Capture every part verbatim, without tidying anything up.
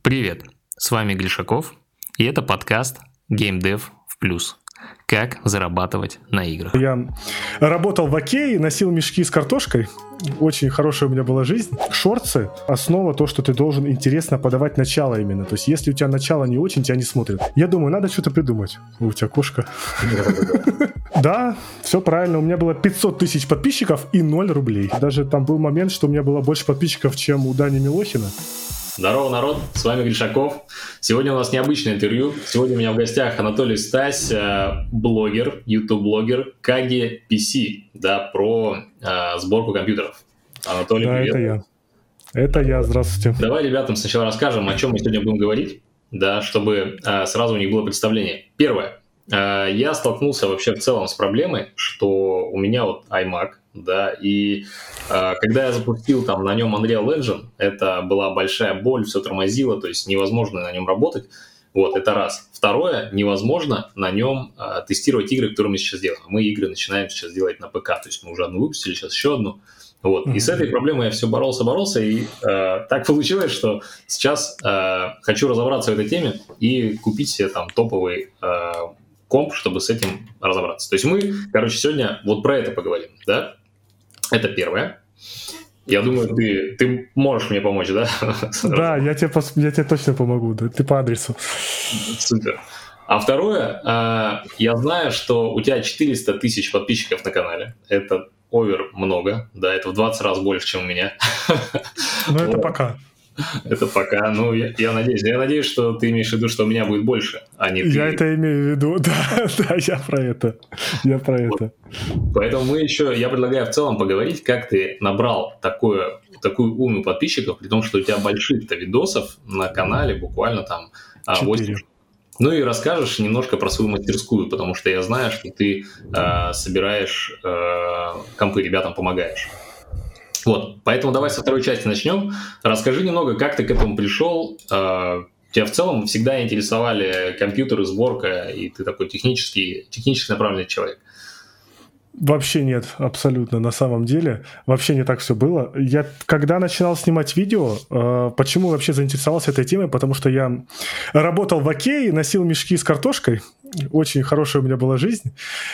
Привет, с вами Глишаков, и это подкаст GameDev в плюс. Как зарабатывать на играх. Я работал в Окее, носил мешки с картошкой. Очень хорошая у меня была жизнь. Шорцы — основа то, что ты должен интересно подавать начало именно. То есть если у тебя начало не очень, тебя не смотрят. Я думаю, надо что-то придумать. О, у тебя кошка. Да, все правильно. У меня было пятьсот тысяч подписчиков и ноль рублей. Даже там был момент, что у меня было больше подписчиков, чем у Дани Милохина. Здорово, народ, с вами Гришаков. Сегодня у нас необычное интервью. Сегодня у меня в гостях Анатолий Стась, блогер, YouTube-блогер Kage пи си, да, про э, сборку компьютеров. Анатолий, да, привет. это я. Это я, здравствуйте. Давай ребятам сначала расскажем, о чем мы сегодня будем говорить, да, чтобы э, сразу у них было представление. Первое. Э, я столкнулся вообще в целом с проблемой, что у меня вот iMac, да, и э, когда я запустил там на нем Unreal Engine, это была большая боль, все тормозило, то есть невозможно на нем работать. Вот, это раз. Второе, невозможно на нем э, тестировать игры, которые мы сейчас делаем. Мы игры начинаем сейчас делать на ПК, то есть мы уже одну выпустили, сейчас еще одну. Вот. Mm-hmm. И с этой проблемой я все боролся, боролся, и э, так получилось, что сейчас э, хочу разобраться в этой теме и купить себе там топовый э, комп, чтобы с этим разобраться. То есть мы, короче, сегодня вот про это поговорим, да? Это первое. Я думаю, ты, ты можешь мне помочь, да? Да, я тебе, я тебе точно помогу, да, ты по адресу. Супер. А второе, э, я знаю, что у тебя четыреста тысяч подписчиков на канале. Это овер много, да, это в двадцать раз больше, чем у меня. Ну, это пока. Это пока, ну, я, я надеюсь. Я надеюсь, что ты имеешь в виду, что у меня будет больше, а не ты. Я это имею в виду, да, да, я про это, я про вот. это. Поэтому мы еще, я предлагаю в целом поговорить, как ты набрал такое, такую уйму подписчиков, при том, что у тебя больших-то видосов на канале, буквально там восемь. Ну и расскажешь немножко про свою мастерскую, потому что я знаю, что ты э, собираешь э, компы, ребятам помогаешь. Вот, поэтому давай со второй части начнем. Расскажи немного, как ты к этому пришел. Э, тебя в целом всегда интересовали компьютеры, сборка, и ты такой технический, технически направленный человек. Вообще нет, абсолютно, на самом деле. Вообще не так все было. Я когда начинал снимать видео, э, почему вообще заинтересовался этой темой? Потому что я работал в Окее, носил мешки с картошкой. Очень хорошая у меня была жизнь.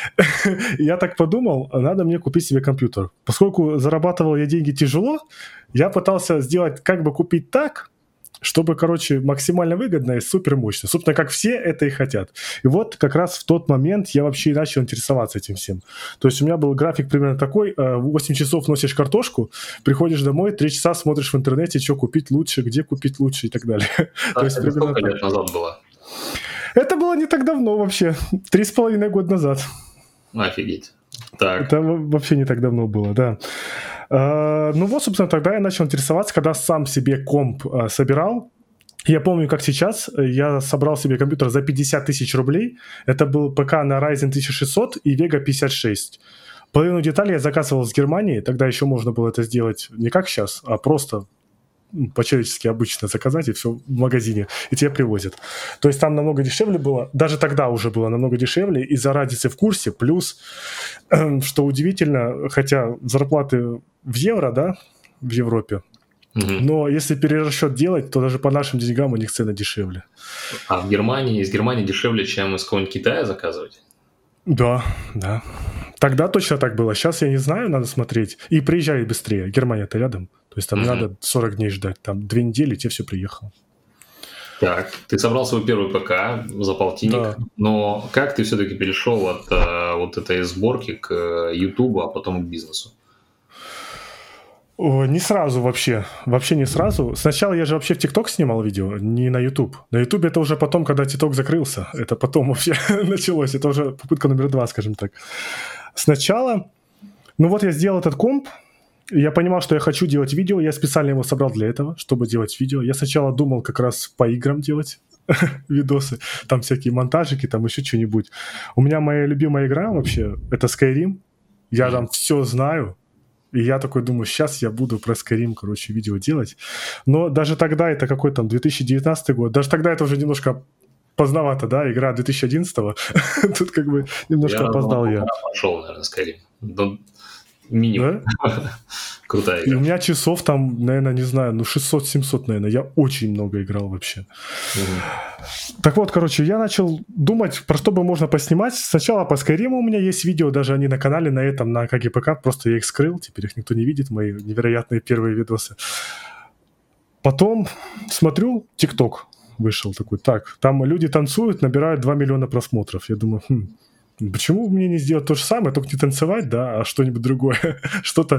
Я так подумал, надо мне купить себе компьютер. Поскольку зарабатывал я деньги тяжело, я пытался сделать, как бы купить так, чтобы, короче, максимально выгодно и супер мощно. Собственно, как все это и хотят. И вот как раз в тот момент я вообще и начал интересоваться этим всем. То есть у меня был график примерно такой. восемь часов носишь картошку, приходишь домой, три часа смотришь в интернете, что купить лучше, где купить лучше и так далее. А, То есть это сколько лет назад было? Это было не так давно вообще. Три с половиной года назад. Офигеть. Так. Это вообще не так давно было, да. Uh, ну вот, собственно, тогда я начал интересоваться, когда сам себе комп uh, собирал. Я помню, как сейчас, я собрал себе компьютер за пятьдесят тысяч рублей. Это был ПК на Ryzen тысяча шестьсот и Vega пятьдесят шесть. Половину деталей я заказывал с Германии. Тогда еще можно было это сделать не как сейчас, а просто по-человечески обычно заказать, и все в магазине, и тебе привозят. То есть там намного дешевле было, даже тогда уже было намного дешевле, из-за разницы в курсе, плюс, э, что удивительно, хотя зарплаты в евро, да, в Европе, mm-hmm. но если перерасчет делать, то даже по нашим деньгам у них цены дешевле. А в Германии, из Германии дешевле, чем из какого-нибудь Китая заказывать? Да, да. Тогда точно так было. Сейчас я не знаю, надо смотреть. И приезжай быстрее. Германия-то рядом. То есть там mm-hmm. надо сорок дней ждать. Там две недели, тебе все приехало. Так, ты собрал свой первый ПК за полтинник. Да. Но как ты все-таки перешел от а, вот этой сборки к Ютубу, а потом к бизнесу? О, не сразу вообще. Вообще не сразу. Сначала я же вообще в ТикТок снимал видео, не на Ютуб. На Ютуб это уже потом, когда ТикТок закрылся. Это потом вообще началось. Это уже попытка номер два, скажем так. Сначала, ну вот я сделал этот комп, я понимал, что я хочу делать видео, я специально его собрал для этого, чтобы делать видео. Я сначала думал как раз по играм делать видосы, там всякие монтажики, там еще что-нибудь. У меня моя любимая игра вообще, это Skyrim, я там все знаю, и я такой думаю, сейчас я буду про Skyrim, короче, видео делать. Но даже тогда, это какой там две тысячи девятнадцатый год, даже тогда это уже немножко поздновато, да, игра две тысячи одиннадцатого. Тут как бы немножко я опоздал я. Пошел, наверное, Skyrim. Минимум. Да? Крутая игра. И у меня часов там, наверное, не знаю, ну шестьсот-семьсот, наверное. Я очень много играл вообще. Угу. Так вот, короче, я начал думать, про что бы можно поснимать. Сначала по Skyrim у меня есть видео, даже они на канале, на этом, на КГПК. Просто я их скрыл, теперь их никто не видит, мои невероятные первые видосы. Потом смотрю, ТикТок вышел такой. Так, там люди танцуют, набирают два миллиона просмотров. Я думаю, хм, почему мне не сделать то же самое, только не танцевать, да, а что-нибудь другое, что-то,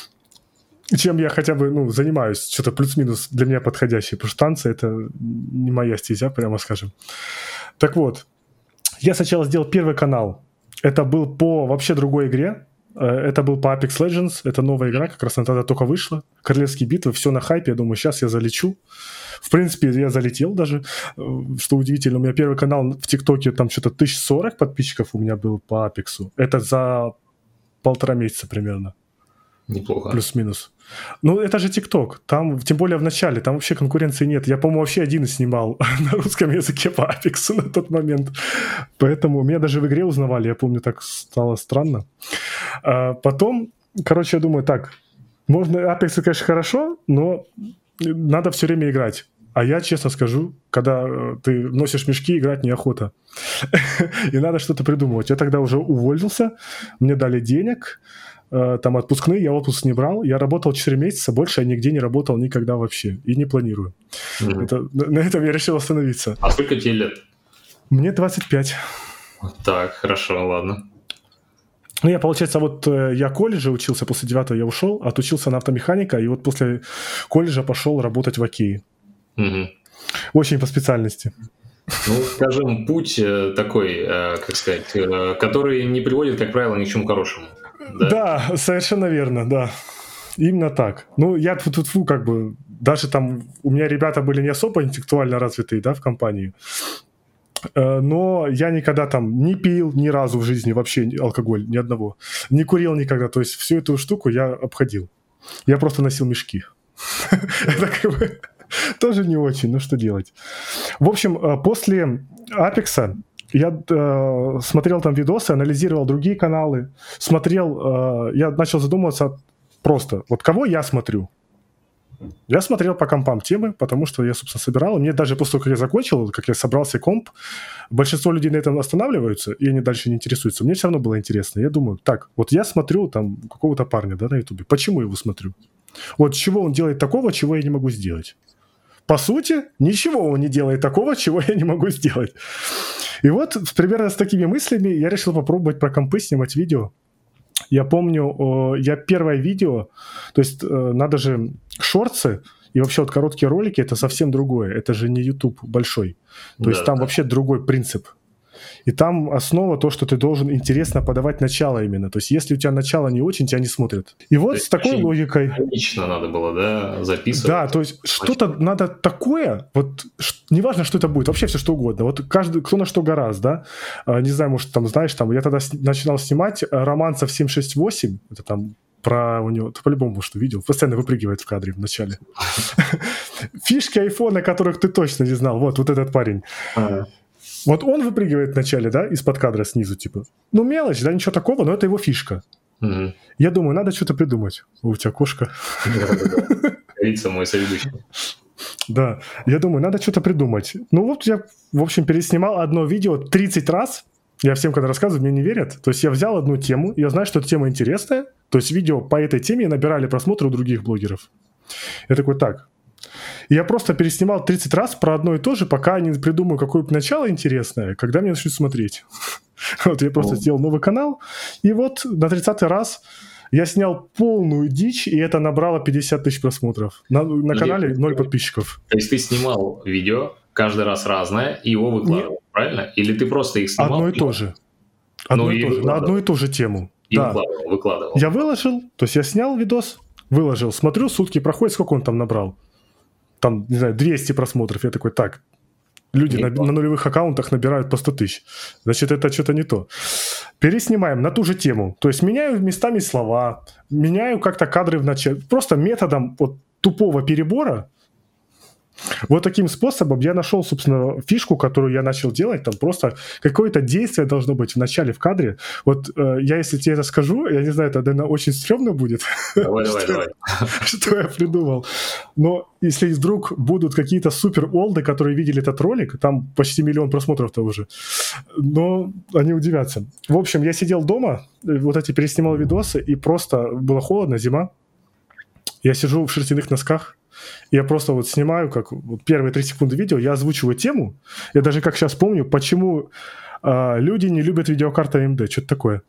чем я хотя бы, ну, занимаюсь, что-то плюс-минус для меня подходящее, потому что танцы — это не моя стезя, прямо скажем. Так вот, я сначала сделал первый канал, это был по вообще другой игре, это был по Apex Legends, это новая игра, как раз она тогда только вышла, Королевские битвы, все на хайпе, я думаю, сейчас я залечу. В принципе, я залетел даже, что удивительно. У меня первый канал в ТикТоке, там что-то тысяча сорок подписчиков у меня был по Апексу. Это за полтора месяца примерно. Неплохо. Плюс-минус. Ну, это же ТикТок. Там, тем более в начале, там вообще конкуренции нет. Я, по-моему, вообще один снимал на русском языке по Апексу на тот момент. Поэтому меня даже в игре узнавали. Я помню, так стало странно. А потом, короче, я думаю, так, можно, Апекс, конечно, хорошо, но надо все время играть. А я, честно скажу, когда ты носишь мешки, играть неохота. И надо что-то придумывать. Я тогда уже уволился, мне дали денег, там отпускные, я отпуск не брал. Я работал четыре месяца, больше я нигде не работал никогда вообще. И не планирую. Mm-hmm. Это, на этом я решил остановиться. А сколько тебе лет? Мне двадцать пять. Так, хорошо, ладно. Ну, я, получается, вот я в колледже учился, после девятого я ушел, отучился на автомеханика, и вот после колледжа пошел работать в Окее. Угу. Очень по специальности. Ну, скажем, путь такой, как сказать, который не приводит, как правило, ни к чему хорошему. Да, да, совершенно верно, да. Именно так. Ну, я тут как бы, даже там, у меня ребята были не особо интеллектуально развитые, да, в компании. Но я никогда там не пил ни разу в жизни вообще алкоголь, ни одного. Не курил никогда. То есть всю эту штуку я обходил. Я просто носил мешки. Это как бы тоже не очень, ну что делать. В общем, после Апекса я э, смотрел там видосы, анализировал другие каналы, смотрел, э, я начал задумываться просто, вот кого я смотрю. Я смотрел по компам темы, потому что я, собственно, собирал. И мне даже после того, как я закончил, как я собрался комп, большинство людей на этом останавливаются, и они дальше не интересуются. Мне все равно было интересно. Я думаю, так, вот я смотрю там какого-то парня, да, на Ютубе. Почему я его смотрю? Вот чего он делает такого, чего я не могу сделать? По сути, ничего он не делает такого, чего я не могу сделать. И вот примерно с такими мыслями я решил попробовать про компы снимать видео. Я помню, я первое видео, то есть надо же шортсы и вообще вот короткие ролики, это совсем другое, это же не YouTube большой, то да, есть там да. вообще другой принцип. И там основа то, что ты должен интересно подавать начало именно. То есть если у тебя начало не очень, тебя не смотрят. И вот с такой логикой... Лично надо было, да, записывать. Да, то есть что-то надо такое, вот неважно, что это будет, вообще все что угодно. Вот каждый, кто на что гораздо, да. Не знаю, может, там, знаешь, там, я тогда с... начинал снимать «Романцев семь шесть восемь», это там про у него, ты по-любому что видел, постоянно выпрыгивает в кадре в начале. Фишки айфона, которых ты точно не знал. Вот, вот этот парень. Вот он выпрыгивает вначале, да, из-под кадра снизу, типа. Ну, мелочь, да, ничего такого, но это его фишка. Угу. Я думаю, надо что-то придумать. О, у тебя кошка. Лица мой соведущий. Да, я думаю, надо что-то придумать. Ну, вот я, в общем, переснимал одно видео тридцать раз. Я всем, когда рассказываю, мне не верят. То есть я взял одну тему, я знаю, что эта тема интересная. То есть видео по этой теме набирали просмотры у других блогеров. Я такой, так... И я просто переснимал тридцать раз про одно и то же, пока не придумаю какое-то начало интересное, когда мне начнут смотреть. Вот я просто сделал новый канал, и вот на тридцатый раз я снял полную дичь, и это набрало пятьдесят тысяч просмотров. На, на канале ноль подписчиков. То есть ты снимал видео, каждый раз разное, и его выкладывал, не... правильно? Или ты просто их снимал? Одно и, и... то же. Одно ну, и, и то же. На одну и ту же тему. И да. выкладывал, выкладывал. Я выложил, то есть я снял видос, выложил, смотрю, сутки проходят, сколько он там набрал? Там, не знаю, двести просмотров. Я такой, так, люди на, на нулевых аккаунтах набирают по сто тысяч. Значит, это что-то не то. Переснимаем на ту же тему. То есть меняю местами слова, меняю как-то кадры в начале. Просто методом вот тупого перебора Вот таким способом я нашел, собственно, фишку, которую я начал делать. Там просто какое-то действие должно быть в начале, в кадре. Вот э, я, если тебе это скажу, я не знаю, это, наверное, очень стрёмно будет. Давай, давай, давай. Что я придумал. Но если вдруг будут какие-то супер-олды, которые видели этот ролик, там почти миллион просмотров-то уже, но они удивятся. В общем, я сидел дома, вот эти переснимал видосы, и просто было холодно, зима. Я сижу в шерстяных носках, я просто вот снимаю, как вот первые три секунды видео, я озвучиваю тему. Я даже как сейчас помню, почему э, люди не любят видеокарты эй эм ди, что-то такое.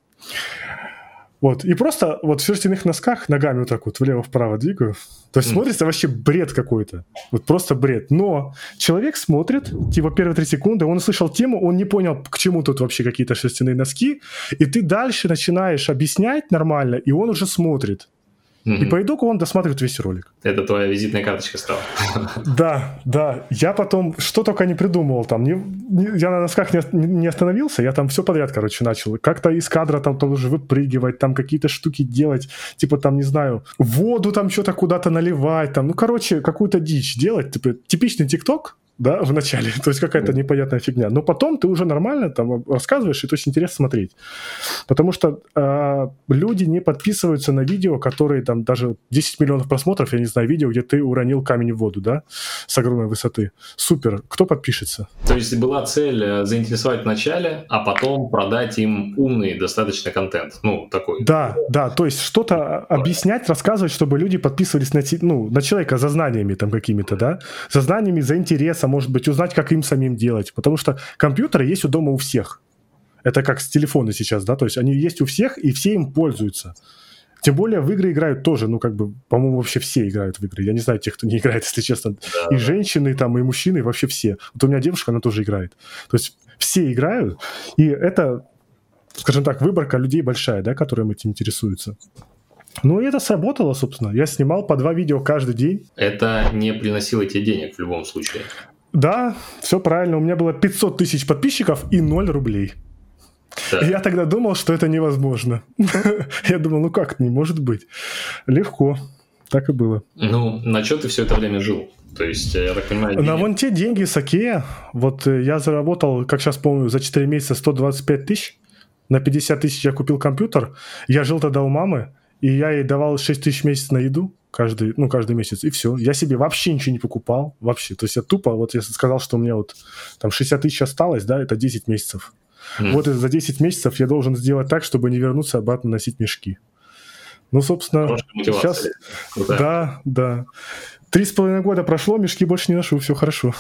Вот, и просто вот в шерстяных носках ногами вот так вот влево-вправо двигаю. То есть mm. смотрится вообще бред какой-то. Вот просто бред. Но человек смотрит, типа первые три секунды, он услышал тему, он не понял, к чему тут вообще какие-то шерстяные носки, и ты дальше начинаешь объяснять нормально, и он уже смотрит. Mm-hmm. И по итогу он досматривает весь ролик. Это твоя визитная карточка стала. Да, да. Я потом что только не придумывал там. Не, не, я на носках не, не остановился, я там все подряд, короче, начал. Как-то из кадра там тоже выпрыгивать, там какие-то штуки делать, типа там, не знаю, воду там что-то куда-то наливать, там, ну, короче, какую-то дичь делать. Типа типичный ТикТок, да, в начале, то есть какая-то непонятная фигня. Но потом ты уже нормально там рассказываешь, и это очень интересно смотреть. Потому что э, люди не подписываются на видео, которые там даже десять миллионов просмотров, я не знаю, видео, где ты уронил камень в воду, да, с огромной высоты. Супер. Кто подпишется? То есть была цель заинтересовать в начале, а потом продать им умный достаточно контент. Ну, такой. Да, да, то есть что-то объяснять, рассказывать, чтобы люди подписывались на, ну, на человека за знаниями там какими-то, да, за знаниями, за интересом, может быть, узнать, как им самим делать. Потому что компьютеры есть у дома у всех. Это как с телефона сейчас, да, то есть они есть у всех, и все им пользуются. Тем более в игры играют тоже, ну, как бы, по-моему, вообще все играют в игры. Я не знаю тех, кто не играет, если честно. Да, и женщины там, и мужчины, и вообще все. Вот у меня девушка, она тоже играет. То есть все играют, и это, скажем так, выборка людей большая, да, которым этим интересуются. Ну, и это сработало, собственно. Я снимал по два видео каждый день. Это не приносило тебе денег в любом случае. Да, все правильно. У меня было пятьсот тысяч подписчиков и ноль рублей. Да. И я тогда думал, что это невозможно. Я думал, ну как, не может быть. Легко. Так и было. Ну, на что ты все это время жил? То есть, я так понимаю... На вон те деньги с Окея. Вот я заработал, как сейчас помню, за четыре месяца сто двадцать пять тысяч. На пятьдесят тысяч я купил компьютер. Я жил тогда у мамы. И я ей давал шесть тысяч в месяц на еду каждый, ну, каждый месяц, и все. Я себе вообще ничего не покупал, вообще. То есть я тупо, вот я сказал, что у меня вот там шестьдесят тысяч осталось, да, это десять месяцев. Mm. Вот за десять месяцев я должен сделать так, чтобы не вернуться обратно носить мешки. Ну, собственно, сейчас... Да, да. Три с половиной года прошло, мешки больше не ношу, все хорошо.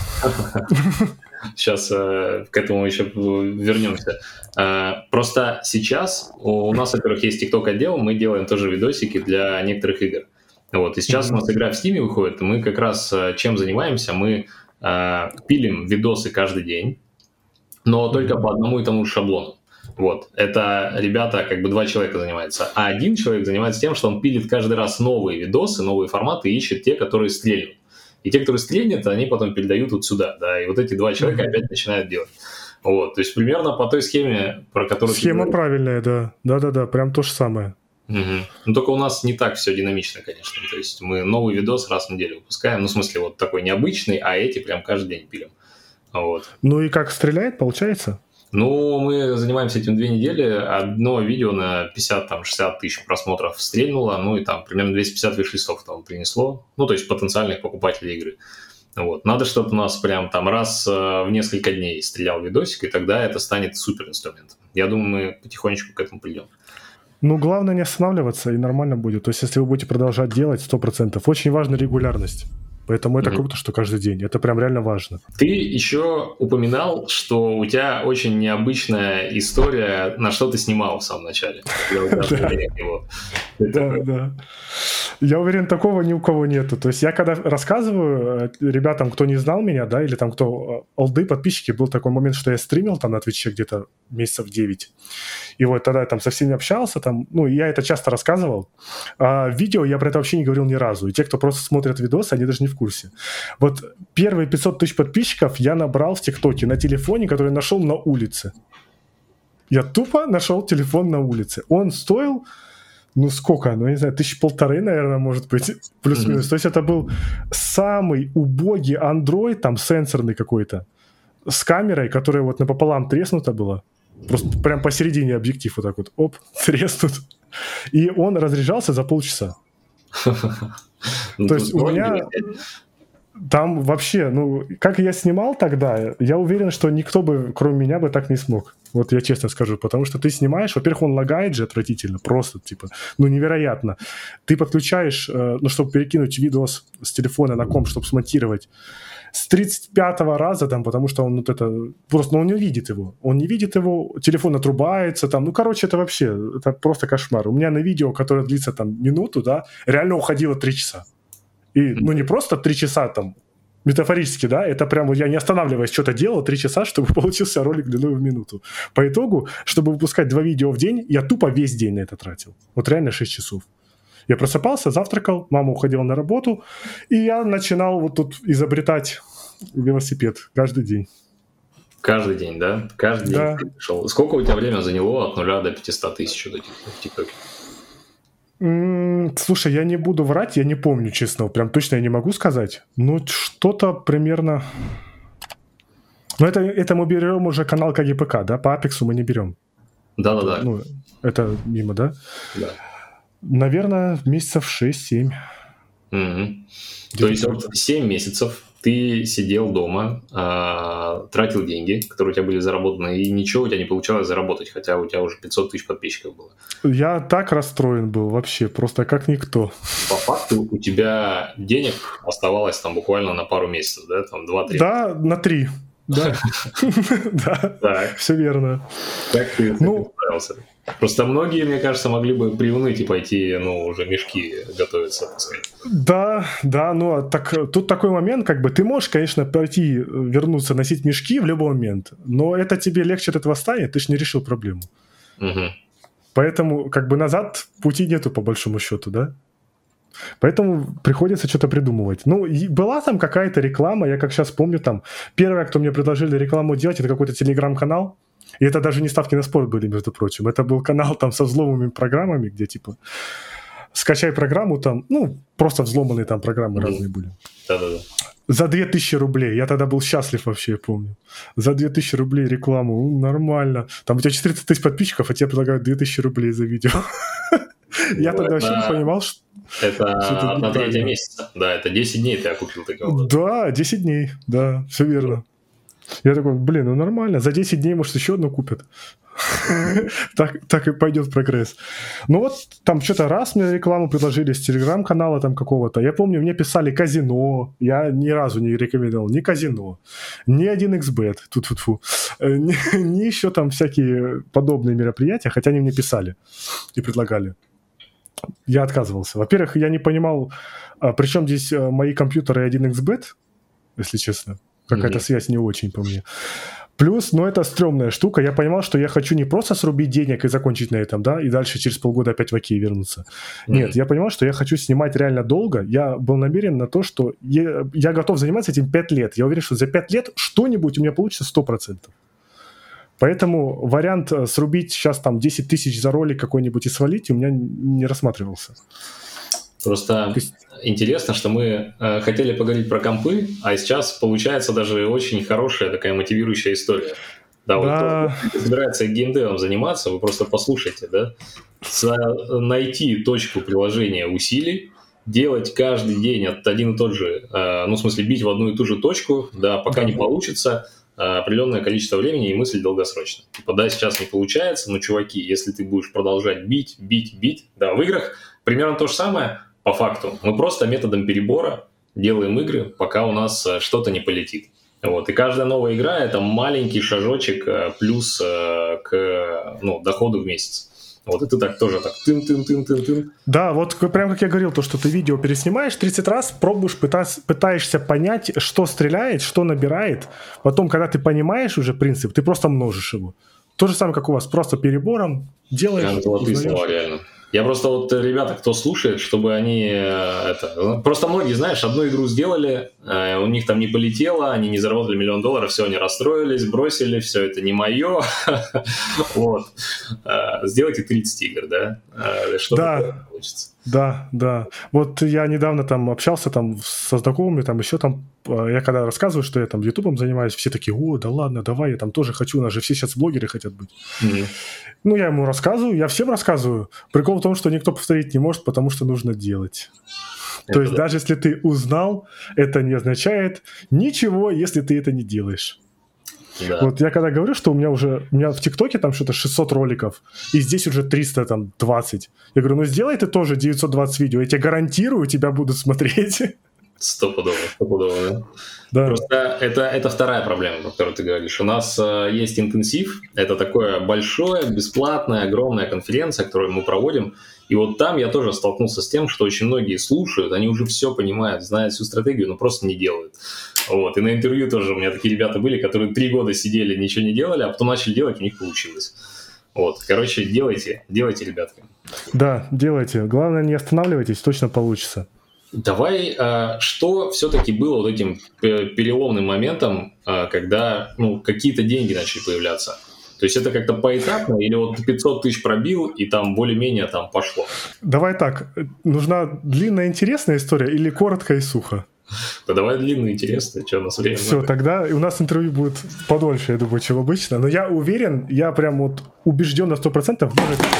Сейчас э, к этому еще вернемся. Э, просто сейчас у нас, во-первых, есть TikTok отдел, мы делаем тоже видосики для некоторых игр. Вот, и сейчас mm-hmm. у нас игра в Steam выходит, и мы как раз чем занимаемся, мы э, пилим видосы каждый день, но mm-hmm. только по одному и тому же шаблону. Вот, это ребята, как бы два человека занимаются, а один человек занимается тем, что он пилит каждый раз новые видосы, новые форматы и ищет те, которые стрельнут. И те, которые стрельнут, они потом передают вот сюда, да, и вот эти два человека mm-hmm. опять начинают делать. Вот, то есть примерно по той схеме, про которую... Схема правильная, да, да-да-да, прям то же самое. Угу. Ну, только у нас не так все динамично, конечно, то есть мы новый видос раз в неделю выпускаем, ну, в смысле, вот такой необычный, а эти прям каждый день пилим. Вот. Ну и как стреляет, получается? Ну, мы занимаемся этим две недели. Одно видео на пятьдесят-шестьдесят тысяч просмотров стрельнуло, ну и там примерно двести пятьдесят виш-листов там принесло, ну, то есть потенциальных покупателей игры. Вот. Надо, чтобы у нас прям там раз в несколько дней стрелял видосик, и тогда это станет супер инструментом. Я думаю, мы потихонечку к этому придем. Ну, главное не останавливаться, и нормально будет. То есть, если вы будете продолжать делать, сто процентов. Очень важна регулярность. Поэтому это mm-hmm. круто, что каждый день. Это прям реально важно. Ты еще упоминал, что у тебя очень необычная история, на что ты снимал в самом начале. Да, да. Я уверен, такого ни у кого нету. То есть я когда рассказываю ребятам, кто не знал меня, да, или там кто олды, подписчики, был такой момент, что я стримил там на Твиче где-то месяцев девять. И вот тогда я там со всеми общался, там, ну, я это часто рассказывал. А в видео я про это вообще не говорил ни разу. И те, кто просто смотрят видосы, они даже не в курсе. Вот первые пятьсот тысяч подписчиков я набрал в ТикТоке на телефоне, который нашел на улице. Я тупо нашел телефон на улице. Он стоил ну сколько, ну я не знаю, тысячи полторы, наверное, может быть, плюс-минус. Mm-hmm. То есть это был самый убогий Android, там сенсорный какой-то, с камерой, которая вот напополам треснута была. Просто прям посередине объектив вот так вот, оп, треснут. И он разряжался за полчаса. То есть у меня... Там вообще, ну, как я снимал тогда, я уверен, что никто бы, кроме меня, бы так не смог. Вот я честно скажу, потому что ты снимаешь, во-первых, он лагает же отвратительно, просто, типа, ну, невероятно. Ты подключаешь, ну, чтобы перекинуть видос с телефона на комп, чтобы смонтировать, с тридцать пятого раза, там, потому что он вот это, просто, ну, он не видит его, он не видит его, телефон отрубается, там, ну, короче, это вообще, это просто кошмар. У меня на видео, которое длится, там, минуту, да, реально уходило три часа. И, ну, не просто три часа там, метафорически, да, это прям я не останавливаясь что-то делал три часа, чтобы получился ролик длиной в минуту. По итогу, чтобы выпускать два видео в день, я тупо весь день на это тратил. Вот реально шесть часов. Я просыпался, завтракал, мама уходила на работу, и я начинал вот тут изобретать велосипед каждый день. Каждый день, да? Каждый день да. ты пришел. Сколько у тебя время заняло от нуля до пятисот тысяч вот этих в ТикТоке? Слушай, я не буду врать, я не помню, честно, прям точно я не могу сказать. Ну, что-то примерно... Ну, это, это мы берем уже канал КГПК, да? По Апексу мы не берем. Да-да-да. Ну, это мимо, да? Да. Наверное, месяцев шесть-семь. Mm-hmm. То есть вот семь месяцев ты сидел дома, э, тратил деньги, которые у тебя были заработаны, и ничего у тебя не получалось заработать, хотя у тебя уже пятьсот тысяч подписчиков было. Я так расстроен был вообще, просто как никто. По факту у тебя денег оставалось там буквально на пару месяцев, да? Там два-три. Да, на три. Да, да, все верно. Как ты справился? Просто многие, мне кажется, могли бы приуныть и пойти, ну, уже мешки готовиться, так сказать. Да, да, ну, так, тут такой момент, как бы, ты можешь, конечно, пойти, вернуться, носить мешки в любой момент, но это тебе легче от этого станет, ты же не решил проблему. Угу. Поэтому, как бы, назад пути нету, по большому счету, да? Поэтому приходится что-то придумывать. Ну, была там какая-то реклама, я как сейчас помню, там, первое, кто мне предложили рекламу делать, это какой-то телеграм-канал, и это даже не ставки на спорт были, между прочим, это был канал там со взломанными программами, где, типа, скачай программу там, ну, просто взломанные там программы mm-hmm. разные были. Да-да-да. За две тысячи рублей, я тогда был счастлив вообще, я помню. За две тысячи рублей рекламу, ну, нормально. Там у тебя четырнадцать тысяч подписчиков, а тебе предлагают две тысячи рублей за видео. Я тогда вообще не понимал, что... Это на третьем месяце. Да, это десять дней ты окупил такого. Да, десять дней, да, все верно. Я такой, блин, ну нормально, за десять дней, может, еще одну купят. так, так и пойдет прогресс. Ну вот, там что-то раз мне рекламу предложили с телеграм-канала там какого-то. Я помню, мне писали казино. Я ни разу не рекомендовал ни казино, ни один икс бет, тут-фу-фу, ни, ни еще там всякие подобные мероприятия, хотя они мне писали и предлагали. Я отказывался. Во-первых, я не понимал, а, при чем здесь а, мои компьютеры и один икс бет, если честно. Какая-то mm-hmm. связь не очень по мне. Плюс, ну, это стрёмная штука. Я понимал, что я хочу не просто срубить денег и закончить на этом, да, и дальше через полгода опять в Окей вернуться. Mm-hmm. Нет, я понимал, что я хочу снимать реально долго. Я был намерен на то, что я, я готов заниматься этим пять лет. Я уверен, что за пять лет что-нибудь у меня получится сто процентов. Поэтому вариант срубить сейчас там десять тысяч за ролик какой-нибудь и свалить у меня не рассматривался. Просто есть... интересно, что мы э, хотели поговорить про компы, а сейчас получается даже очень хорошая такая мотивирующая история. Да, да. Вот кто собирается геймдевом заниматься, вы просто послушайте, да, За, найти точку приложения усилий, делать каждый день один и тот же, э, ну, в смысле, бить в одну и ту же точку, да, пока да. не получится, определенное количество времени и мысль долгосрочно. Типа, да, сейчас не получается, но, чуваки, если ты будешь продолжать бить, бить, бить, да, в играх примерно то же самое, по факту. Мы просто методом перебора делаем игры, пока у нас что-то не полетит. Вот. И каждая новая игра – это маленький шажочек плюс к, ну, доходу в месяц. Вот, и ты так тоже так тын-тын-тын-тын-тын. Да, вот прям как я говорил, то, что ты видео переснимаешь тридцать раз, пробуешь, пытаешься, пытаешься понять, что стреляет, что набирает. Потом, когда ты понимаешь уже принцип, ты просто множишь его. То же самое, как у вас, просто перебором делаешь. Прям золотые слова, реально. Я просто вот, ребята, кто слушает, чтобы они э, это... Просто многие, знаешь, одну игру сделали, э, у них там не полетело, они не заработали миллион долларов, все, они расстроились, бросили, все это не мое. Вот. Сделайте тридцать игр, да? Что Да. получится. Да, да. Вот я недавно там общался там со знакомыми, там еще там, я когда рассказываю, что я там ютубом занимаюсь, все такие: о, да ладно, давай, я там тоже хочу, у нас же все сейчас блогеры хотят быть. Mm-hmm. Ну, я ему рассказываю, я всем рассказываю. Прикол в том, что никто повторить не может, потому что нужно делать. Это То есть да. даже если ты узнал, это не означает ничего, если ты это не делаешь. Да. Вот я когда говорю, что у меня уже, у меня в ТикТоке там что-то шестьсот роликов, и здесь уже триста двадцать. Я говорю, ну сделай ты тоже девятьсот двадцать видео, я тебе гарантирую, тебя будут смотреть. Стопудово, стопудово, да? Да. Просто это, это вторая проблема, о которой ты говоришь. У нас э, есть интенсив, это такое большое, бесплатная, огромная конференция, которую мы проводим. И вот там я тоже столкнулся с тем, что очень многие слушают, они уже все понимают, знают всю стратегию, но просто не делают. Вот. И на интервью тоже у меня такие ребята были, которые три года сидели, ничего не делали, а потом начали делать, у них получилось. Вот. Короче, делайте, делайте, ребятки. Да, делайте. Главное, не останавливайтесь, точно получится. Давай, что все-таки было вот этим переломным моментом, когда ну, какие-то деньги начали появляться? То есть это как-то поэтапно или вот пятьсот тысяч пробил и там более-менее там пошло? Давай так, нужна длинная интересная история или коротко и сухо? Да давай длинную интересную, что у нас время. Все, тогда у нас интервью будет подольше, я думаю, чем обычно. Но я уверен, я прям вот убежден на сто процентов.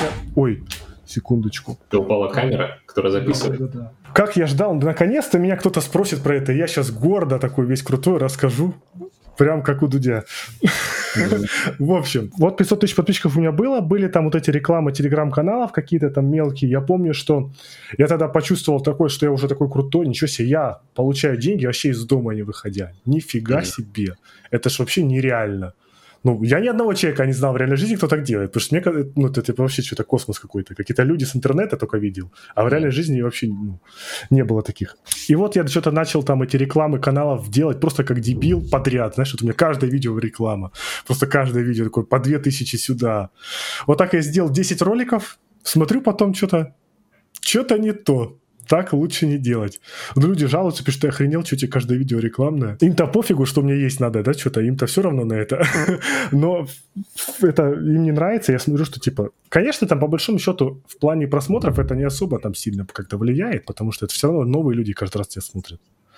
Ой, секундочку. Это упала камера, которая записывает. Да, да, да. Как я ждал, наконец-то меня кто-то спросит про это. Я сейчас гордо такой весь крутой расскажу. Прям как у Дудя. Mm-hmm. В общем, вот пятьсот тысяч подписчиков у меня было. Были там вот эти рекламы телеграм-каналов какие-то там мелкие. Я помню, что я тогда почувствовал такое, что я уже такой крутой. Ничего себе, я получаю деньги вообще из дома не выходя. Нифига mm-hmm. себе. Это ж вообще нереально. Ну, я ни одного человека не знал в реальной жизни, кто так делает. Потому что мне, ну, это, это вообще что-то космос какой-то. Какие-то люди с интернета только видел. А в реальной жизни вообще ну, не было таких. И вот я что-то начал там эти рекламы каналов делать просто как дебил подряд. Знаешь, вот у меня каждое видео реклама. Просто каждое видео такое по две тысячи сюда. Вот так я сделал десять роликов. Смотрю потом что-то, что-то не то. Так лучше не делать. Но люди жалуются, пишут, что я охренел, что тебе каждое видео рекламное. Им-то пофигу, что мне есть надо, да, что-то, им-то все равно на это. Но это им не нравится, я смотрю, что типа, конечно, там по большому счету в плане просмотров это не особо там сильно как-то влияет, потому что это все равно новые люди каждый раз тебя смотрят.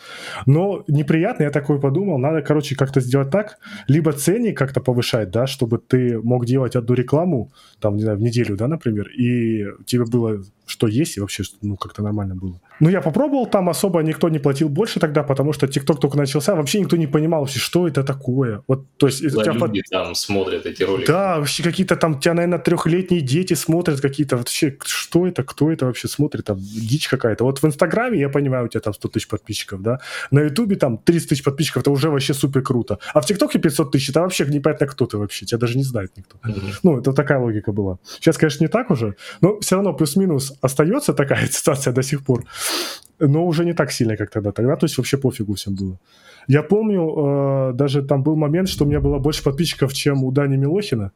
Но неприятно, я такой подумал, надо, короче, как-то сделать так, либо ценник как-то повышать, да, чтобы ты мог делать одну рекламу, там, не знаю, в неделю, да, например, и тебе было что есть, и вообще, ну, как-то нормально было. Ну, я попробовал, там особо никто не платил больше тогда, потому что TikTok только начался, вообще никто не понимал вообще, что это такое. Вот, то есть... Да, люди под... там смотрят эти ролики. Да, вообще какие-то там, тебя, наверное, трехлетние дети смотрят какие-то, вообще, что это, кто это вообще смотрит, там, дичь какая-то. Вот в Инстаграме, я понимаю, у тебя там сто тысяч подписчиков, да, на Ютубе там тридцать тысяч подписчиков, это уже вообще супер круто. А в ТикТоке пятьсот тысяч, это вообще непонятно, кто ты вообще, тебя даже не знает никто. Mm-hmm. Ну, это такая логика была. Сейчас, конечно, не так уже, но все равно плюс-минус остается такая ситуация до сих пор, но уже не так сильно, как тогда. Тогда, то есть, вообще пофигу всем было. Я помню, э, даже там был момент, что у меня было больше подписчиков, чем у Дани Милохина.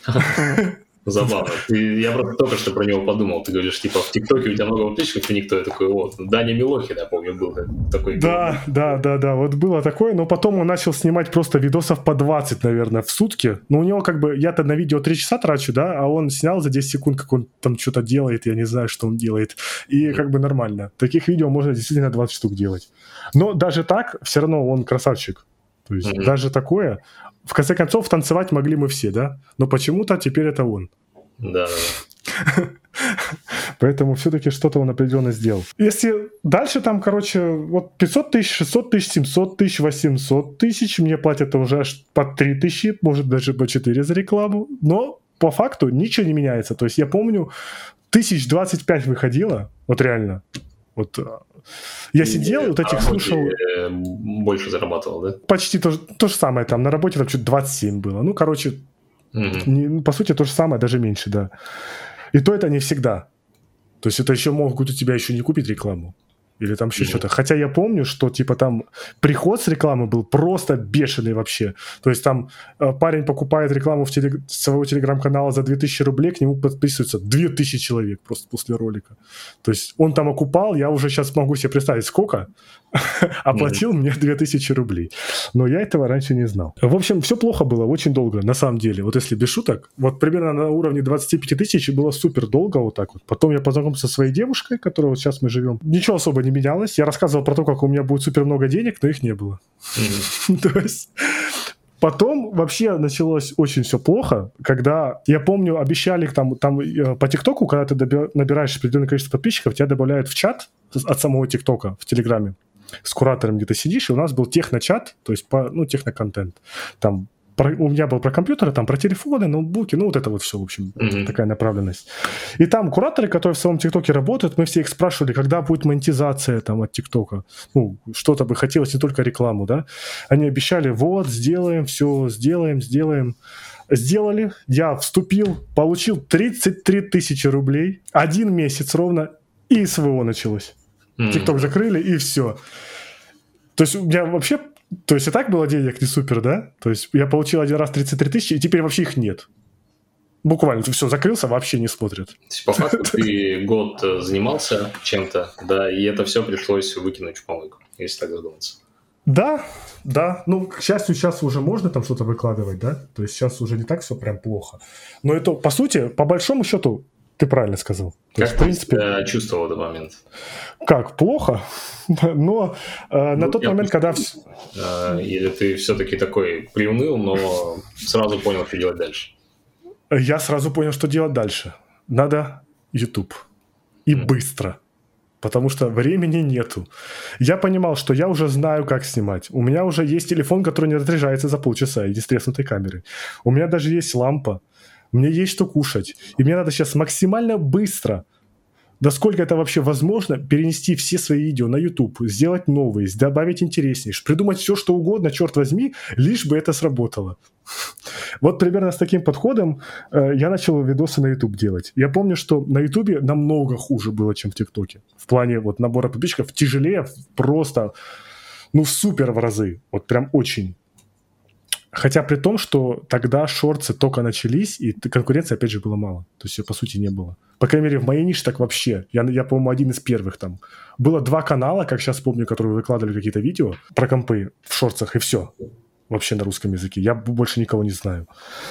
Забавно. Ты, я просто только что про него подумал. Ты говоришь, типа, в ТикТоке у тебя много подписчиков, и никто. Я такой, вот, Даня Милохин, я помню, был такой. Да, да, да, да, вот было такое, но потом он начал снимать просто видосов по двадцать, наверное, в сутки. Но у него как бы, я-то на видео три часа трачу, да, а он снял за десять секунд, как он там что-то делает, я не знаю, что он делает. И как бы нормально. Таких видео можно действительно двадцать штук делать. Но даже так, все равно он красавчик. То есть mm-hmm. даже такое... В конце концов, танцевать могли мы все, да? Но почему-то теперь это он. Да. Поэтому все-таки что-то он определенно сделал. Если дальше там, короче, вот пятьсот тысяч, шестьсот тысяч, семьсот тысяч, восемьсот тысяч, мне платят уже аж по три тысячи, может даже по четыре за рекламу. Но по факту ничего не меняется. То есть я помню, тысяч двадцать пять выходило, вот реально. Вот я сидел и вот этих слушал... Больше зарабатывал, да? Почти то, то же самое. Там на работе там что-то двадцать семь было. Ну, короче, mm-hmm. не, по сути, то же самое, даже меньше, да. И то это не всегда. То есть это еще могут у тебя еще не купить рекламу. или там еще mm-hmm. что-то. Хотя я помню, что типа там приход с рекламы был просто бешеный вообще. То есть там э, парень покупает рекламу в телег... своего телеграм-канала за две тысячи рублей, к нему подписываются две тысячи человек просто после ролика. То есть он там окупал, я уже сейчас могу себе представить, сколько, оплатил mm-hmm. мне две тысячи рублей. Но я этого раньше не знал. В общем, все плохо было очень долго, на самом деле. Вот если без шуток, вот примерно на уровне двадцать пять тысяч было супер долго вот так вот. Потом я познакомился со своей девушкой, которой вот сейчас мы живем. Ничего особо не менялось. Я рассказывал про то, как у меня будет супер много денег, но их не было. Mm-hmm. То есть потом вообще началось очень все плохо, когда, я помню, обещали там, там по ТикТоку, когда ты набираешь определенное количество подписчиков, тебя добавляют в чат от самого ТикТока в Телеграме. С куратором где-то сидишь, и у нас был техночат, то есть по, ну, техноконтент. Там про, у меня был про компьютеры, там про телефоны, ноутбуки, ну вот это вот все, в общем, mm-hmm. такая направленность. И там кураторы, которые в самом ТикТоке работают, мы все их спрашивали, когда будет монетизация там от ТикТока. Ну, что-то бы хотелось, не только рекламу, да. Они обещали, вот, сделаем, все, сделаем, сделаем. Сделали, я вступил, получил тридцать три тысячи рублей, один месяц ровно, и СВО началось. ТикТок mm-hmm. закрыли, и все. То есть у меня вообще... То есть и так было денег не супер, да? То есть я получил один раз тридцать три тысячи, и теперь вообще их нет. Буквально. Ты все, закрылся, вообще не смотрят. То есть по факту ты год занимался чем-то, да, и это все пришлось выкинуть в помойку, если так задуматься. Да, да. Ну, к счастью, сейчас уже можно там что-то выкладывать, да? То есть сейчас уже не так все прям плохо. Но это, по сути, по большому счету, ты правильно сказал. То как есть, в принципе, ты чувствовал в этот момент? Как? Плохо? Но э, на ну, тот момент, когда... Э, или ты все-таки такой приуныл, но сразу понял, что делать дальше? Я сразу понял, что делать дальше. Надо YouTube. И mm. быстро. Потому что времени нету. Я понимал, что я уже знаю, как снимать. У меня уже есть телефон, который не разряжается за полчаса, и с треснутой камерой. У меня даже есть лампа. Мне есть что кушать. И мне надо сейчас максимально быстро, насколько это вообще возможно, перенести все свои видео на YouTube, сделать новые, добавить интереснейшее, придумать все, что угодно, черт возьми, лишь бы это сработало. Вот примерно с таким подходом э, я начал видосы на YouTube делать. Я помню, что на YouTube намного хуже было, чем в ТикТоке. В плане вот набора подписчиков тяжелее просто, ну, супер в разы. Вот прям очень. Хотя при том, что тогда шортсы только начались, и конкуренции, опять же, было мало. То есть ее, по сути, не было. По крайней мере, в моей нише так вообще. Я, я по-моему, один из первых там. Было два канала, как сейчас помню, которые выкладывали какие-то видео про компы в шортсах, и все. Вообще на русском языке. Я больше никого не знаю.